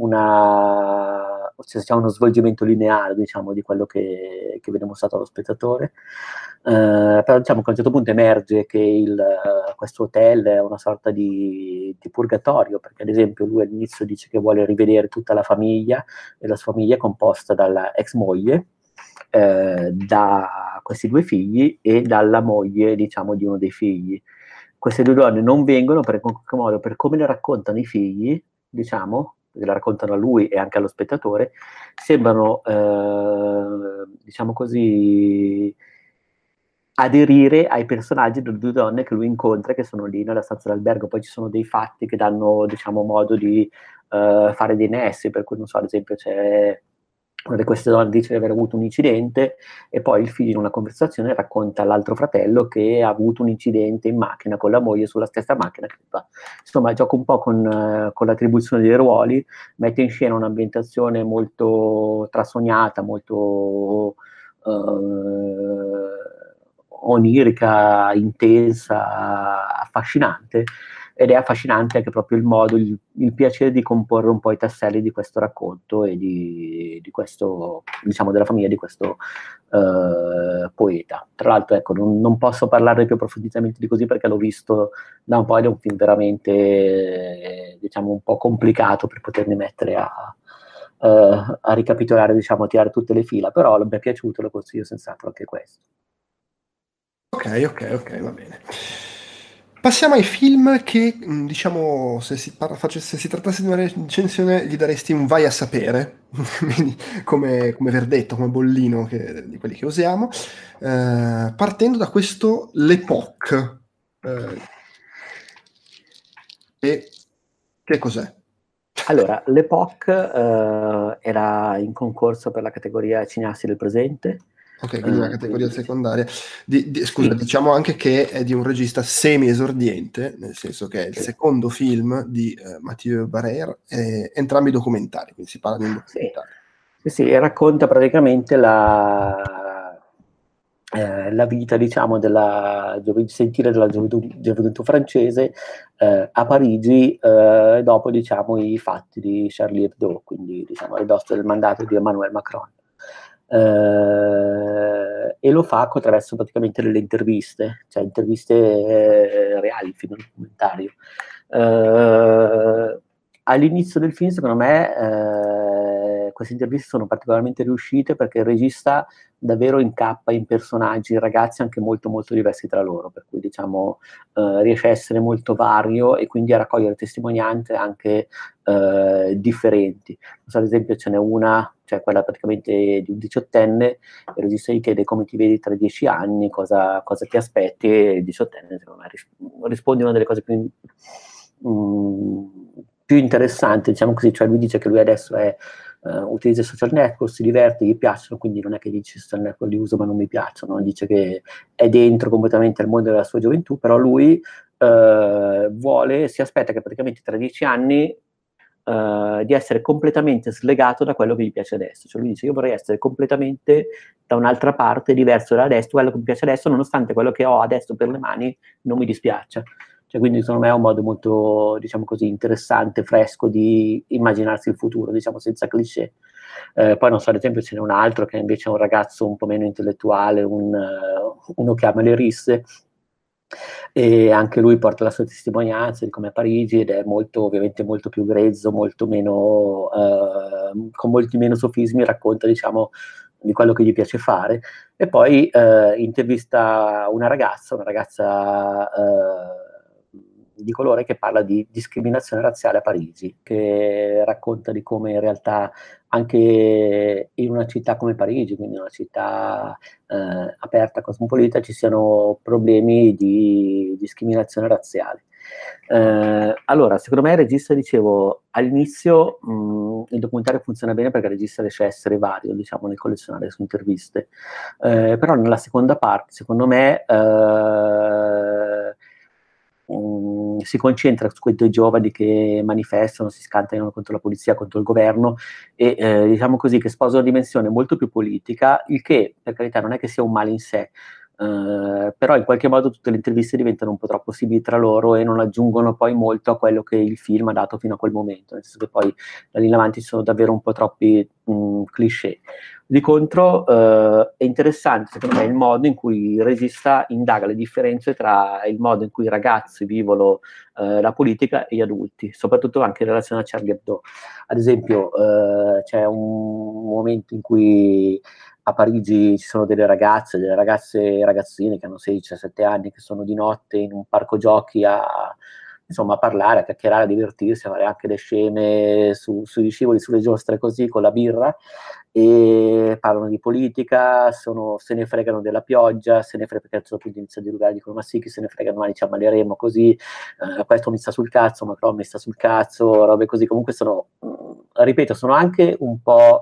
una se c'è uno svolgimento lineare, diciamo, di quello che, che viene mostrato allo spettatore. Uh, però diciamo che a un certo punto emerge che il, uh, questo hotel è una sorta di, di purgatorio, perché ad esempio lui all'inizio dice che vuole rivedere tutta la famiglia, e la sua famiglia è composta dalla ex moglie, eh, da questi due figli e dalla moglie, diciamo, di uno dei figli. Queste due donne non vengono per, in qualche modo, per come le raccontano i figli, diciamo, la raccontano a lui e anche allo spettatore, sembrano, eh, diciamo così, aderire ai personaggi delle due donne che lui incontra, che sono lì nella stanza d'albergo. Poi ci sono dei fatti che danno, diciamo, modo di uh, fare dei nessi, per cui non so, ad esempio c'è una di queste donne dice di aver avuto un incidente e poi il figlio in una conversazione racconta all'altro fratello che ha avuto un incidente in macchina con la moglie sulla stessa macchina che va. Insomma, gioca un po' con, uh, con l'attribuzione dei ruoli, mette in scena un'ambientazione molto trasognata, molto uh, onirica, intensa, affascinante, ed è affascinante anche proprio il modo, il, il piacere di comporre un po' i tasselli di questo racconto e di, di questo, diciamo, della famiglia di questo uh, poeta. Tra l'altro, ecco, non, non posso parlare più approfonditamente di così perché l'ho visto da un po' ed è un film veramente, eh, diciamo, un po' complicato per potermi mettere a, uh, a ricapitolare, diciamo, a tirare tutte le fila, però mi è piaciuto, lo consiglio senz'altro anche questo. Ok, ok, ok, va bene. Passiamo ai film che, diciamo, se si, parla, facesse, se si trattasse di una recensione, gli daresti un vai a sapere, come, come verdetto, come bollino che, di quelli che usiamo, eh, partendo da questo L'Epoque. Eh, e che cos'è? Allora, L'Epoque eh, era in concorso per la categoria cineasti del presente. Ok, quindi una eh, categoria quindi, secondaria. Di, di, scusa, sì, diciamo anche che è di un regista semi-esordiente, nel senso che è il sì, secondo film di eh, Mathieu Barrère, eh, entrambi documentari, quindi si parla di un sì, documentario. sì, sì, e racconta praticamente la, eh, la vita, diciamo, della gioventù, sentire della gioventù, gioventù francese eh, a Parigi eh, dopo, diciamo, i fatti di Charlie Hebdo, quindi, diciamo, a ridosso del mandato di Emmanuel Macron. Eh, e lo fa attraverso praticamente delle interviste, cioè interviste eh, reali, film documentario. Eh, all'inizio del film, secondo me, eh, queste interviste sono particolarmente riuscite perché il regista davvero incappa in personaggi, ragazzi anche molto molto diversi tra loro, per cui diciamo eh, riesce a essere molto vario e quindi a raccogliere testimonianze anche eh, differenti. So, ad esempio ce n'è una, cioè quella praticamente di un diciottenne, il regista gli chiede come ti vedi tra dieci anni, cosa, cosa ti aspetti, e il diciottenne secondo me ris- risponde una delle cose più, mh, più interessanti, diciamo così, cioè lui dice che lui adesso è Uh, utilizza i social network, si diverte, gli piacciono, quindi non è che dice social network li uso ma non mi piacciono, dice che è dentro completamente al mondo della sua gioventù, però lui uh, vuole, si aspetta che praticamente tra dieci anni uh, di essere completamente slegato da quello che gli piace adesso, cioè lui dice io vorrei essere completamente da un'altra parte, diverso da adesso, quello che mi piace adesso, nonostante quello che ho adesso per le mani non mi dispiaccia. Cioè, quindi secondo me è un modo molto, diciamo così, interessante, fresco di immaginarsi il futuro, diciamo, senza cliché. Eh, poi non so, ad esempio ce n'è un altro che invece è un ragazzo un po' meno intellettuale, un, uh, uno che ama le risse, e anche lui porta la sua testimonianza di come a Parigi ed è molto, ovviamente molto più grezzo, molto meno, uh, con molti meno sofismi, racconta, diciamo, di quello che gli piace fare. E poi uh, intervista una ragazza, una ragazza... Uh, di colore che parla di discriminazione razziale a Parigi, che racconta di come in realtà anche in una città come Parigi, quindi una città eh, aperta, cosmopolita, ci siano problemi di discriminazione razziale. Eh, allora, secondo me il regista, dicevo, all'inizio mh, il documentario funziona bene perché il regista riesce a essere vario, diciamo, nel collezionare le sue interviste, eh, però nella seconda parte, secondo me, eh, Um, si concentra su quei due giovani che manifestano, si scantano contro la polizia, contro il governo e eh, diciamo così che sposa una dimensione molto più politica, il che per carità non è che sia un male in sé, Uh, però in qualche modo tutte le interviste diventano un po' troppo simili tra loro e non aggiungono poi molto a quello che il film ha dato fino a quel momento, nel senso che poi da lì in avanti ci sono davvero un po' troppi mh, cliché. Di contro uh, è interessante secondo me il modo in cui il regista indaga le differenze tra il modo in cui i ragazzi vivono uh, la politica e gli adulti, soprattutto anche in relazione a Charlie Hebdo. Ad esempio uh, c'è un momento in cui a Parigi ci sono delle ragazze, delle ragazze e ragazzine che hanno sedici diciassette anni, che sono di notte in un parco giochi a, insomma, a parlare, a chiacchierare, a divertirsi, a fare anche le sceme su, sui scivoli, sulle giostre così, con la birra, e parlano di politica, sono, se ne fregano della pioggia, se ne frega perché a un certo punto inizia a dilugare, dicono ma sì, chi se ne frega, domani ci ammaleremo così, eh, questo mi sta sul cazzo, Macron mi sta sul cazzo, robe così, comunque sono, mh, ripeto, sono anche un po'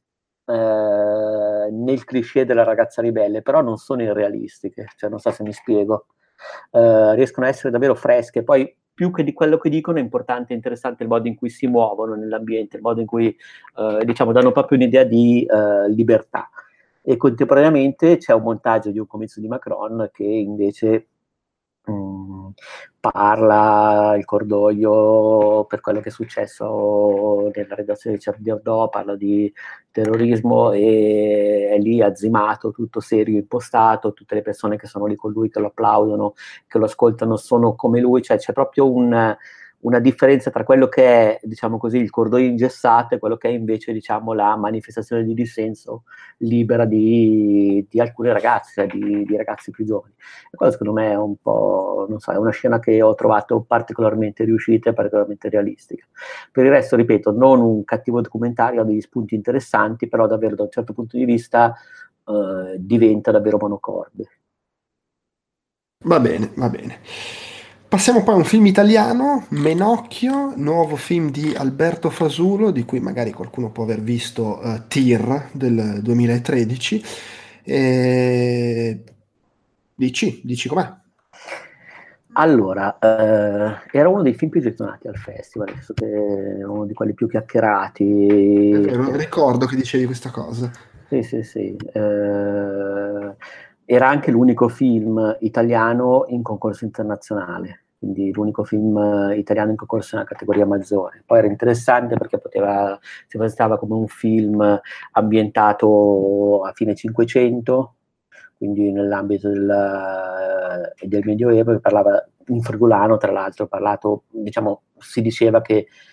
Eh, nel cliché della ragazza ribelle, però non sono irrealistiche, cioè non so se mi spiego, eh, riescono a essere davvero fresche, poi più che di quello che dicono è importante e interessante il modo in cui si muovono nell'ambiente, il modo in cui eh, diciamo danno proprio un'idea di eh, libertà, e contemporaneamente c'è un montaggio di un comizio di Macron che invece mh, parla il cordoglio per quello che è successo nella redazione di Charlie Hebdo, parla di terrorismo e è lì azzimato, tutto serio, impostato, tutte le persone che sono lì con lui, che lo applaudono, che lo ascoltano, sono come lui, cioè c'è proprio un, una differenza tra quello che è, diciamo così, il cordoglio ingessato e quello che è invece, diciamo, la manifestazione di dissenso libera di, di alcuni ragazzi, cioè di, di ragazzi più giovani. E quello secondo me è un po', non so, è una scena che ho trovato particolarmente riuscita e particolarmente realistica. Per il resto, ripeto, non un cattivo documentario, ha degli spunti interessanti, però davvero da un certo punto di vista eh, diventa davvero monocorde. Va bene, va bene. Passiamo poi a un film italiano, Menocchio, nuovo film di Alberto Frasulo, di cui magari qualcuno può aver visto uh, Tir del duemilatredici. E... Dici, dici com'è? Allora, eh, era uno dei film più gettonati al festival, nel senso che era uno di quelli più È chiacchierati. vero, ricordo che dicevi questa cosa. Sì, sì, sì. Eh, era anche l'unico film italiano in concorso internazionale, quindi l'unico film eh, italiano in concorso nella categoria maggiore. Poi era interessante perché poteva, si presentava come un film ambientato a fine Cinquecento, quindi nell'ambito del, del Medioevo, che parlava in friulano, tra l'altro, parlato, diciamo, si diceva che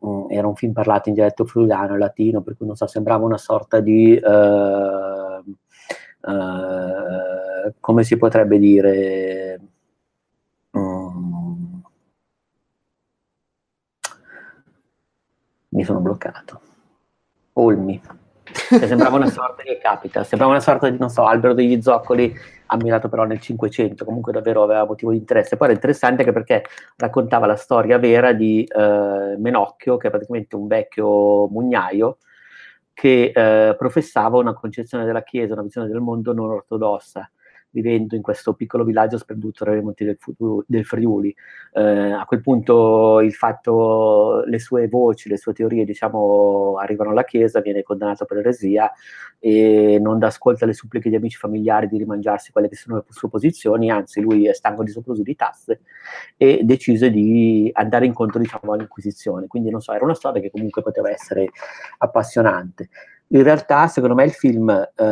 mh, era un film parlato in dialetto friulano e latino, per cui non so, sembrava una sorta di eh, eh, come si potrebbe dire, mm, mi sono bloccato. Olmi. Cioè, sembrava una sorta di capita, sembrava una sorta di, non so, Albero degli Zoccoli, ammirato però nel Cinquecento, comunque davvero aveva motivo di interesse. Poi era interessante anche perché raccontava la storia vera di eh, Menocchio, che è praticamente un vecchio mugnaio, che eh, professava una concezione della Chiesa, una visione del mondo non ortodossa, vivendo in questo piccolo villaggio sperduto tra le monti del, Fu- del Friuli. Eh, a quel punto il fatto, le sue voci, le sue teorie, diciamo, arrivano alla Chiesa, viene condannato per eresia e non dà ascolto alle suppliche di amici familiari di rimangiarsi quelle che sono le sue posizioni, anzi lui è stanco di soprusi di tasse e decise di andare incontro, diciamo, all'Inquisizione. Quindi non so, era una storia che comunque poteva essere appassionante. In realtà, secondo me, il film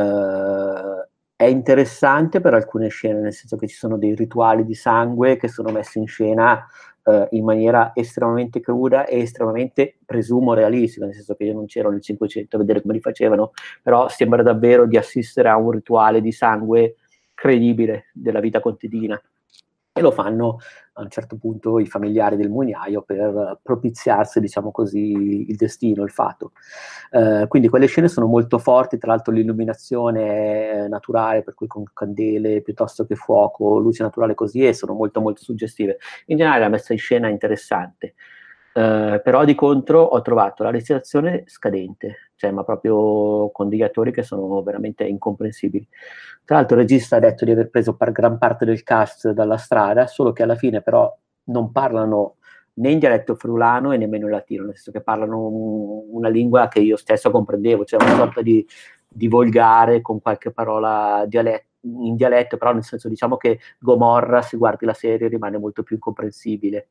eh, è interessante per alcune scene, nel senso che ci sono dei rituali di sangue che sono messi in scena eh, in maniera estremamente cruda e estremamente, presumo, realistica, nel senso che io non c'ero nel Cinquecento a vedere come li facevano, però sembra davvero di assistere a un rituale di sangue credibile della vita contadina. E lo fanno a un certo punto i familiari del mugnaio per propiziarsi, diciamo così, il destino, il fato. Eh, quindi quelle scene sono molto forti, tra l'altro l'illuminazione è naturale, per cui con candele piuttosto che fuoco, luce naturale così, e sono molto molto suggestive. In generale la messa in scena è interessante. Uh, però di contro ho trovato la recitazione scadente, cioè ma proprio con degli attori che sono veramente incomprensibili. Tra l'altro il regista ha detto di aver preso per gran parte del cast dalla strada, solo che alla fine però non parlano né in dialetto friulano e nemmeno in latino, nel senso che parlano un, una lingua che io stesso comprendevo, cioè una sorta di, di volgare con qualche parola dialetto, in dialetto, però nel senso, diciamo che Gomorra, se guardi la serie, rimane molto più incomprensibile.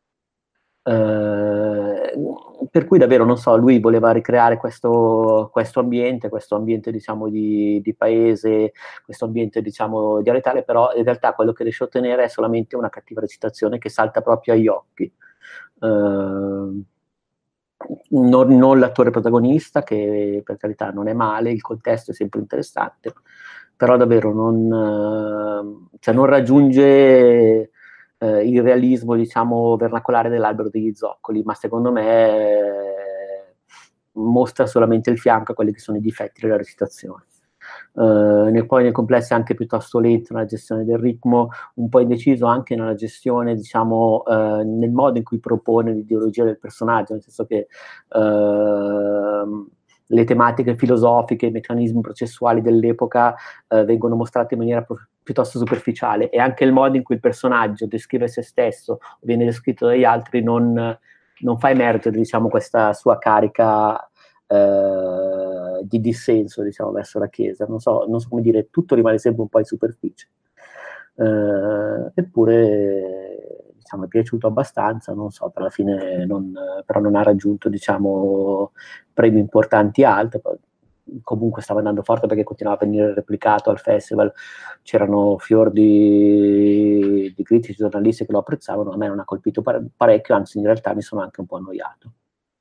Uh, per cui davvero non so, lui voleva ricreare questo, questo ambiente, questo ambiente diciamo di, di paese, questo ambiente diciamo dialettale, però in realtà quello che riesce a ottenere è solamente una cattiva recitazione che salta proprio agli occhi. Uh, non, non l'attore protagonista, che per carità non è male, il contesto è sempre interessante, però davvero non, cioè non raggiunge eh, il realismo, diciamo, vernacolare dell'Albero degli Zoccoli, ma secondo me eh, mostra solamente il fianco a quelli che sono i difetti della recitazione. Uh, nel, poi nel complesso è anche piuttosto lento nella gestione del ritmo, un po' indeciso anche nella gestione, diciamo, uh, nel modo in cui propone l'ideologia del personaggio, nel senso che uh, le tematiche filosofiche, i meccanismi processuali dell'epoca uh, vengono mostrati in maniera pro- piuttosto superficiale, e anche il modo in cui il personaggio descrive se stesso o viene descritto dagli altri non, non fa emergere, diciamo, questa sua carica Uh, di dissenso, diciamo, verso la Chiesa. Non so, non so come dire, tutto rimane sempre un po' in superficie. Uh, eppure, diciamo, è piaciuto abbastanza, non so, per la fine non, però non ha raggiunto, diciamo, premi importanti alti. Comunque stava andando forte perché continuava a venire replicato al festival, c'erano fior di, di critici, giornalisti che lo apprezzavano. A me non ha colpito parecchio, anzi in realtà mi sono anche un po' annoiato.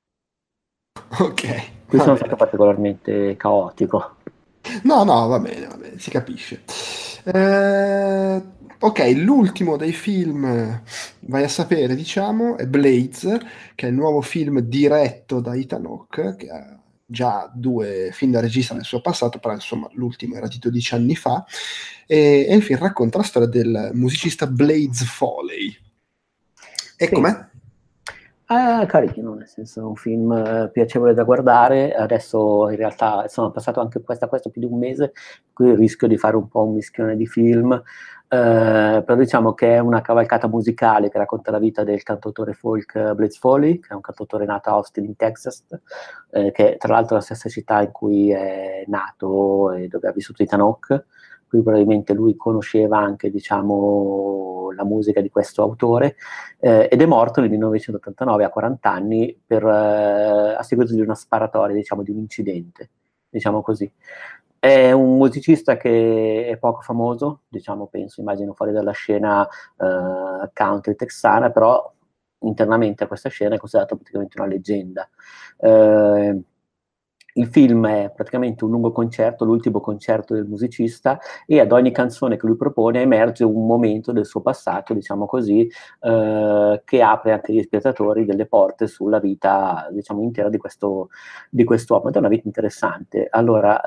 Ok. Qui sono stato particolarmente caotico. No, no, va bene, va bene, si capisce. Eh, ok, l'ultimo dei film, vai a sapere, diciamo, è Blades, che è il nuovo film diretto da Ethan Hawke, che ha già due film da regista nel suo passato, però insomma l'ultimo era di dodici anni fa, e, e il film racconta la storia del musicista Blades Foley. E Sì. com'è? Ah, carino, nel senso, un film eh, piacevole da guardare. Adesso in realtà sono passato anche questo, questo più di un mese, qui rischio di fare un po' un mischione di film, eh, però diciamo che è una cavalcata musicale che racconta la vita del cantautore folk Blades Foley, che è un cantautore nato a Austin in Texas, eh, che è tra l'altro la stessa città in cui è nato e dove ha vissuto Ethan Hawke. Qui probabilmente lui conosceva anche, diciamo, la musica di questo autore, eh, ed è morto nel millenovecentottantanove a quaranta anni per, eh, a seguito di una sparatoria, diciamo, di un incidente, diciamo così. È un musicista che è poco famoso, diciamo, penso, immagino fuori dalla scena eh, country texana, però internamente a questa scena è considerato praticamente una leggenda. Eh, il film è praticamente un lungo concerto, l'ultimo concerto del musicista, e ad ogni canzone che lui propone emerge un momento del suo passato, diciamo così, eh, che apre anche agli spettatori delle porte sulla vita, diciamo, intera di questo di quest'uomo. Ed è una vita interessante. Allora,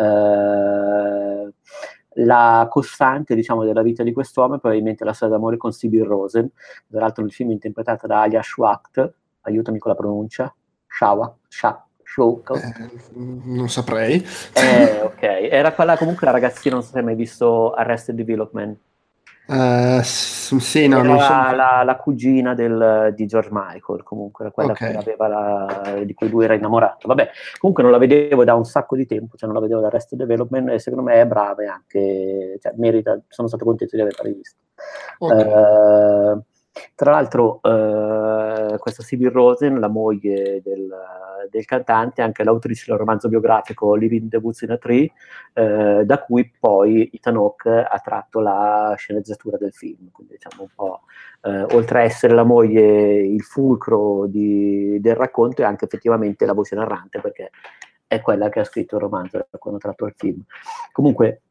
eh, la costante, diciamo, della vita di quest'uomo è probabilmente la storia d'amore con Sibyl Rosen, tra l'altro nel film è interpretata da Alia Shawkat, aiutami con la pronuncia, Shawak, Shawak, Eh, non saprei. eh, ok, era quella comunque la ragazzina, non so se hai mai visto Arrested Development. Uh, sì, no, Era non so. la, la, la cugina del, di George Michael, comunque, era quella Ok. che aveva la, di cui lui era innamorato. Vabbè, comunque non la vedevo da un sacco di tempo, cioè non la vedevo da Arrested Development, e secondo me è brava e anche, cioè, merita, sono stato contento di averla rivista. Okay. Uh, tra l'altro, uh, questa Sibyl Rosen, la moglie del, del cantante, è anche l'autrice del romanzo biografico Living the Woods in a Tree, uh, da cui poi Ethan Hawke ha tratto la sceneggiatura del film. Quindi, diciamo, un po', uh, oltre a essere la moglie il fulcro di, del racconto, è anche effettivamente la voce narrante, perché è quella che ha scritto il romanzo da quando ha tratto il film. Comunque,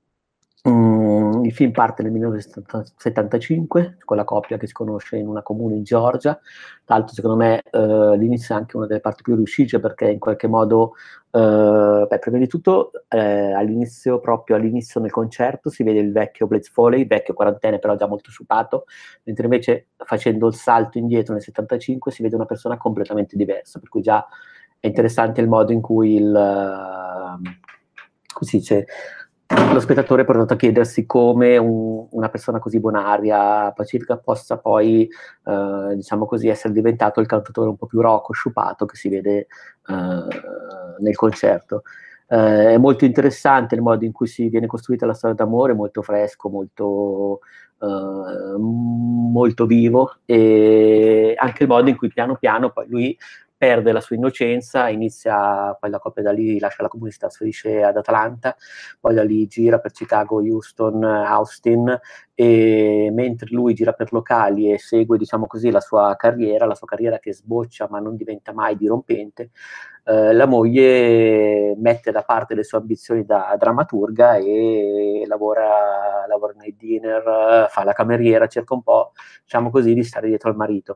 Mm, il film parte nel millenovecentosettantacinque con la coppia che si conosce in una comune in Georgia. Tra l'altro, secondo me, eh, l'inizio è anche una delle parti più riuscite, perché in qualche modo, eh, beh, prima di tutto, eh, all'inizio, proprio all'inizio nel concerto, si vede il vecchio Blaze Foley, vecchio quarantenne, però già molto sciupato, mentre invece facendo il salto indietro nel settantacinque si vede una persona completamente diversa, per cui già è interessante il modo in cui il, uh, come si dice, lo spettatore è portato a chiedersi come un, una persona così bonaria, pacifica, possa poi, eh, diciamo così, essere diventato il cantautore un po' più rocco, sciupato che si vede eh, nel concerto. Eh, è molto interessante il modo in cui si viene costruita la storia d'amore, molto fresco, molto, eh, molto vivo, e anche il modo in cui piano piano poi lui perde la sua innocenza, inizia, poi la coppia da lì lascia la comunità, si trasferisce ad Atlanta, poi da lì gira per Chicago, Houston, Austin, e mentre lui gira per locali e segue, diciamo così, la sua carriera, la sua carriera che sboccia ma non diventa mai dirompente, eh, la moglie mette da parte le sue ambizioni da drammaturga e lavora, lavora nei dinner, fa la cameriera, cerca un po', diciamo così, di stare dietro al marito.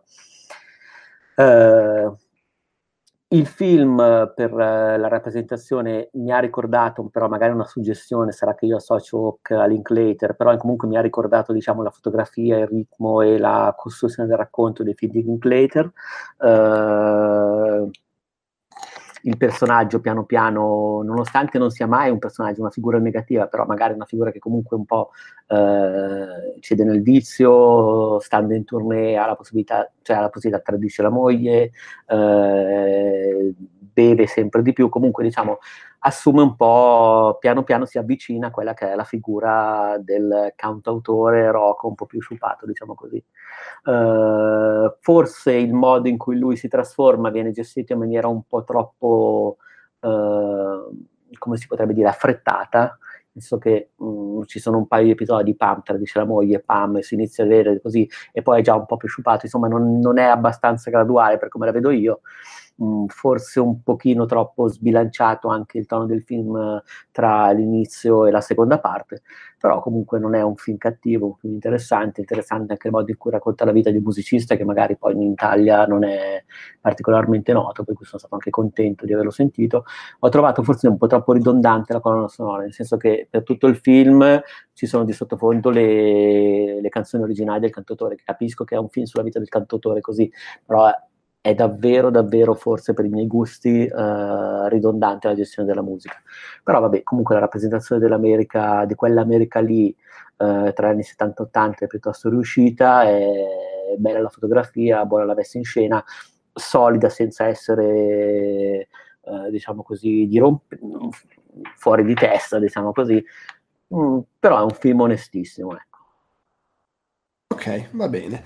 Uh, il film, per uh, la rappresentazione, mi ha ricordato, però magari una suggestione, sarà che io associo a Linklater, però comunque mi ha ricordato, diciamo, la fotografia, il ritmo e la costruzione del racconto dei film di Linklater. Uh, il personaggio piano piano, nonostante non sia mai un personaggio, una figura negativa, però magari una figura che comunque un po' eh, cede nel vizio, stando in tournée ha la possibilità, cioè ha la possibilità, tradisce la moglie, eh, beve sempre di più, comunque diciamo assume un po', piano piano si avvicina a quella che è la figura del cantautore rock un po' più sciupato, diciamo così. Uh, forse il modo in cui lui si trasforma viene gestito in maniera un po' troppo, uh, come si potrebbe dire, affrettata, nel senso che mh, ci sono un paio di episodi, Pam tradisce la moglie, Pam si inizia a vedere così, e poi è già un po' più sciupato, insomma non, non è abbastanza graduale per come la vedo io. Mm, forse un pochino troppo sbilanciato anche il tono del film eh, tra l'inizio e la seconda parte, però comunque non è un film cattivo, un film interessante, interessante anche il modo in cui racconta la vita di un musicista che magari poi in Italia non è particolarmente noto, per cui sono stato anche contento di averlo sentito. Ho trovato forse un po' troppo ridondante la colonna sonora, nel senso che per tutto il film ci sono di sottofondo le, le canzoni originali del cantautore, che capisco che è un film sulla vita del cantautore così, però è davvero, davvero, forse per i miei gusti, eh, ridondante la gestione della musica. Però vabbè, comunque la rappresentazione dell'America, di quell'America lì, eh, tra gli anni settanta ottanta è piuttosto riuscita, è bella la fotografia, buona la messa in scena, solida senza essere, eh, diciamo così, diromp- fuori di testa, diciamo così, mm, però è un film onestissimo, ecco. Ok, va bene.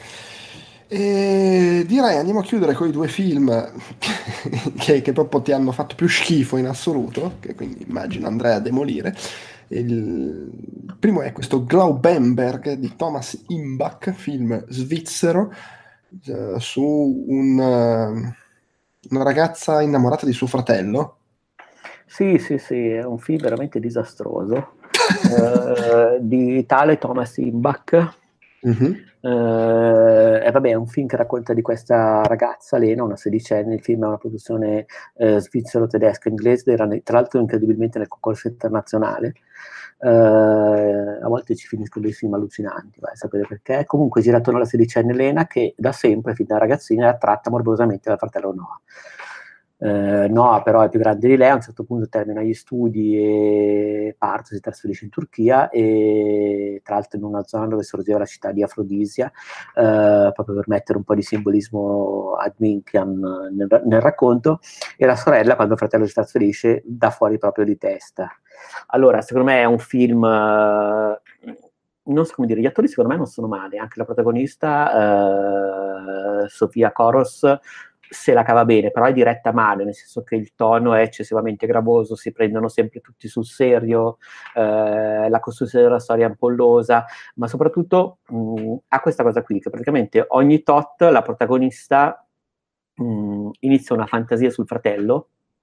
E direi andiamo a chiudere con i due film che, che proprio ti hanno fatto più schifo in assoluto, che quindi immagino andrai a demolire. Il primo è questo Glaubenberg di Thomas Imbach, film svizzero, eh, su un, eh, una ragazza innamorata di suo fratello. Sì, sì, sì, è un film veramente disastroso, eh, di tale Thomas Imbach. Mhm. Eh, e vabbè, è un film che racconta di questa ragazza, Lena, una sedicenne. Il film è una produzione eh, svizzero-tedesco-inglese, era ne- tra l'altro incredibilmente nel concorso internazionale. Eh, a volte ci finiscono dei film allucinanti, vai a sapere perché. Comunque gira attorno alla sedicenne Lena che da sempre, fin da ragazzina, è attratta morbosamente dal fratello Noah. Eh, Noah però è più grande di lei, a un certo punto termina gli studi e parte, si trasferisce in Turchia, e tra l'altro in una zona dove sorgeva la città di Afrodisia, eh, proprio per mettere un po' di simbolismo ad Minchian nel, nel racconto. E la sorella, quando il fratello si trasferisce, dà fuori proprio di testa. Allora, secondo me è un film, eh, non so come dire, gli attori secondo me non sono male, anche la protagonista, eh, Sofia Koros, se la cava bene, però è diretta male, nel senso che il tono è eccessivamente gravoso, si prendono sempre tutti sul serio, eh, la costruzione della storia è ampollosa, ma soprattutto mh, ha questa cosa qui, che praticamente ogni tot la protagonista mh, inizia una fantasia sul fratello,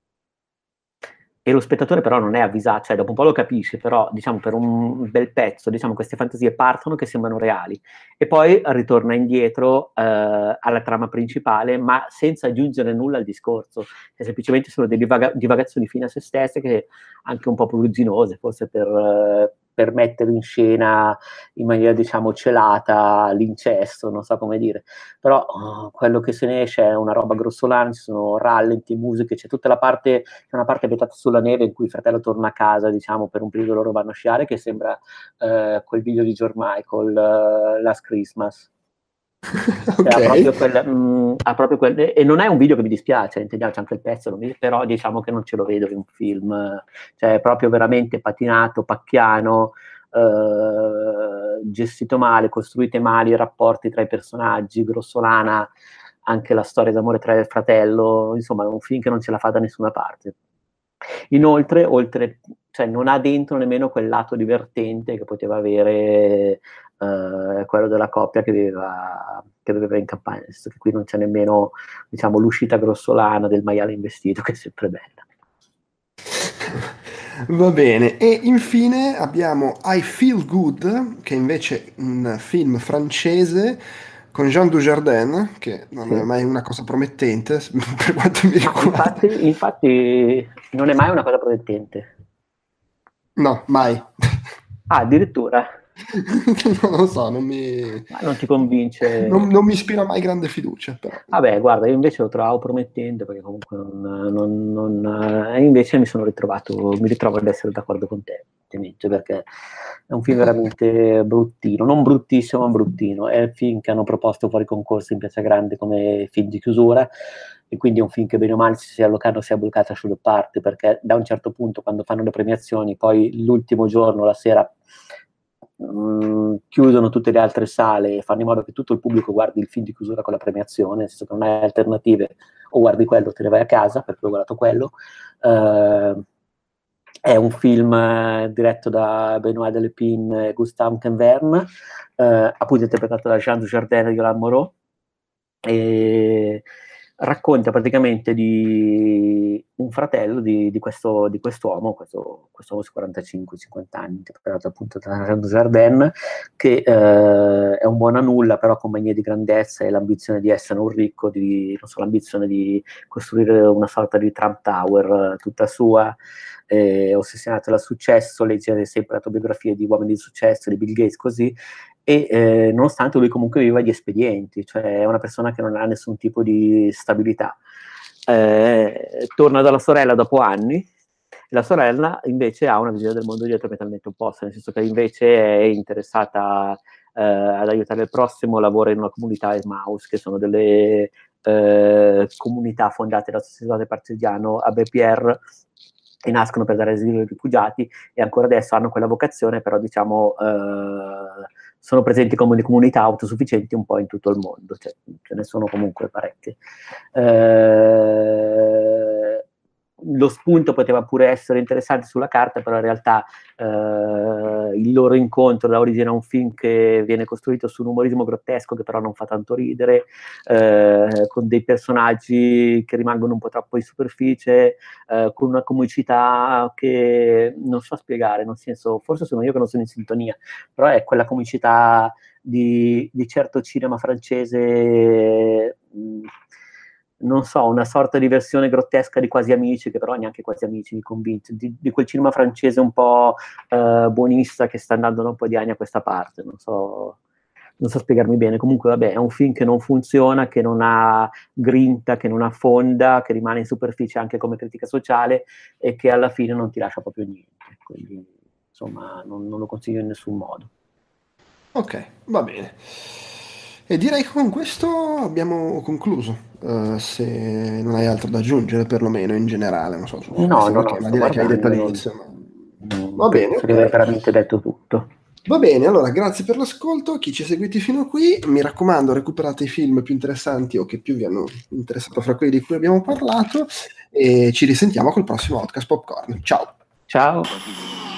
e lo spettatore però non è avvisato, cioè dopo un po' lo capisce, però diciamo per un bel pezzo, diciamo queste fantasie partono che sembrano reali e poi ritorna indietro eh, alla trama principale, ma senza aggiungere nulla al discorso, che semplicemente sono delle divaga- divagazioni fine a se stesse, che anche un po' pruriginose, forse per, eh, per mettere in scena in maniera diciamo celata l'incesto, non so come dire, però oh, quello che se ne esce è una roba grossolana, ci sono rallenti, musiche, c'è tutta la parte, c'è una parte abitata sulla neve in cui il fratello torna a casa, diciamo, per un periodo loro vanno a sciare, che sembra eh, quel video di George Michael, uh, Last Christmas. Cioè, Ok. ha proprio quel, mh, ha proprio quel, e non è un video che mi dispiace, intendiamoci, anche il pezzo, non mi- però diciamo che non ce lo vedo in un film, cioè è proprio veramente patinato, pacchiano, eh, gestito male, costruite male i rapporti tra i personaggi, grossolana anche la storia d'amore tra il fratello, insomma è un film che non ce la fa da nessuna parte. Inoltre, oltre, cioè, non ha dentro nemmeno quel lato divertente che poteva avere eh, quello della coppia che viveva, che viveva in campagna, nel senso che qui non c'è nemmeno, diciamo, l'uscita grossolana del maiale investito, che è sempre bella. Va bene, e infine abbiamo I Feel Good, che invece è un film francese con Jean Dujardin, che non è Sì. mai una cosa promettente per quanto mi No, riguarda. infatti, infatti non è mai una cosa promettente. No, mai. Ah, addirittura. Non lo so, non mi, Ma non ti convince. non, non mi ispira mai grande fiducia, però. Vabbè, guarda, io invece lo trovavo promettente perché comunque non, non- non- e invece mi sono ritrovato, mi ritrovo ad essere d'accordo con te, ovviamente, perché è un film veramente bruttino, non bruttissimo, ma bruttino. È il film che hanno proposto fuori concorso in Piazza Grande come film di chiusura, e quindi è un film che bene o male si sia allocato, sia bloccata sulle parti, perché da un certo punto, quando fanno le premiazioni, poi l'ultimo giorno, la sera, mh, chiudono tutte le altre sale e fanno in modo che tutto il pubblico guardi il film di chiusura con la premiazione, nel senso che non hai alternative, o guardi quello o te ne vai a casa perché ho guardato quello. Uh, è un film eh, diretto da Benoît Delepin e Gustave Canverne, eh, appunto interpretato da Jean Dujardin e Yolande Moreau, e racconta praticamente di un fratello di, di, questo, di quest'uomo, questo, quest'uomo su quarantacinque cinquanta anni, interpretato appunto da Jean Dujardin, che eh, è un buon a nulla, però con manie di grandezza e l'ambizione di essere un ricco, di, non so, l'ambizione di costruire una sorta di Trump Tower eh, tutta sua, eh, ossessionato dal successo, legge sempre autobiografie di uomini di successo, di Bill Gates, così, e eh, nonostante lui comunque viva di espedienti, cioè è una persona che non ha nessun tipo di stabilità. Eh, torna dalla sorella dopo anni, e la sorella invece ha una visione del mondo diametralmente opposta, nel senso che invece è interessata eh, ad aiutare il prossimo, lavora in una comunità Emmaus, che sono delle eh, comunità fondate dal sacerdote partigiano Abbé Pierre, e nascono per dare asilo ai rifugiati, e ancora adesso hanno quella vocazione, però diciamo eh, sono presenti come comunità autosufficienti un po' in tutto il mondo, cioè, ce ne sono comunque parecchie. Eh, lo spunto poteva pure essere interessante sulla carta, però in realtà eh, il loro incontro da origine a un film che viene costruito su un umorismo grottesco che però non fa tanto ridere, eh, con dei personaggi che rimangono un po' troppo in superficie, eh, con una comicità che non so spiegare, nel senso, forse sono io che non sono in sintonia, però è quella comicità di, di certo cinema francese, mh, non so, una sorta di versione grottesca di Quasi Amici, che però neanche Quasi Amici mi convince, di, di quel cinema francese un po' eh, buonista che sta andando da un po' di anni a questa parte, non so, non so spiegarmi bene. Comunque vabbè, è un film che non funziona, che non ha grinta, che non affonda, che rimane in superficie anche come critica sociale e che alla fine non ti lascia proprio niente, quindi insomma non, non lo consiglio in nessun modo. Ok, va bene. E direi che con questo abbiamo concluso. Eh, se non hai altro da aggiungere, perlomeno in generale, non so, su No, questo no, perché, no, ma sto direi che hai detto guardando, all'inizio. ma- non, Va bene, penso di aver ok. veramente detto tutto. Va bene, allora grazie per l'ascolto, chi ci ha seguiti fino a qui, mi raccomando recuperate i film più interessanti o che più vi hanno interessato fra quelli di cui abbiamo parlato e ci risentiamo col prossimo podcast Popcorn. Ciao! Ciao!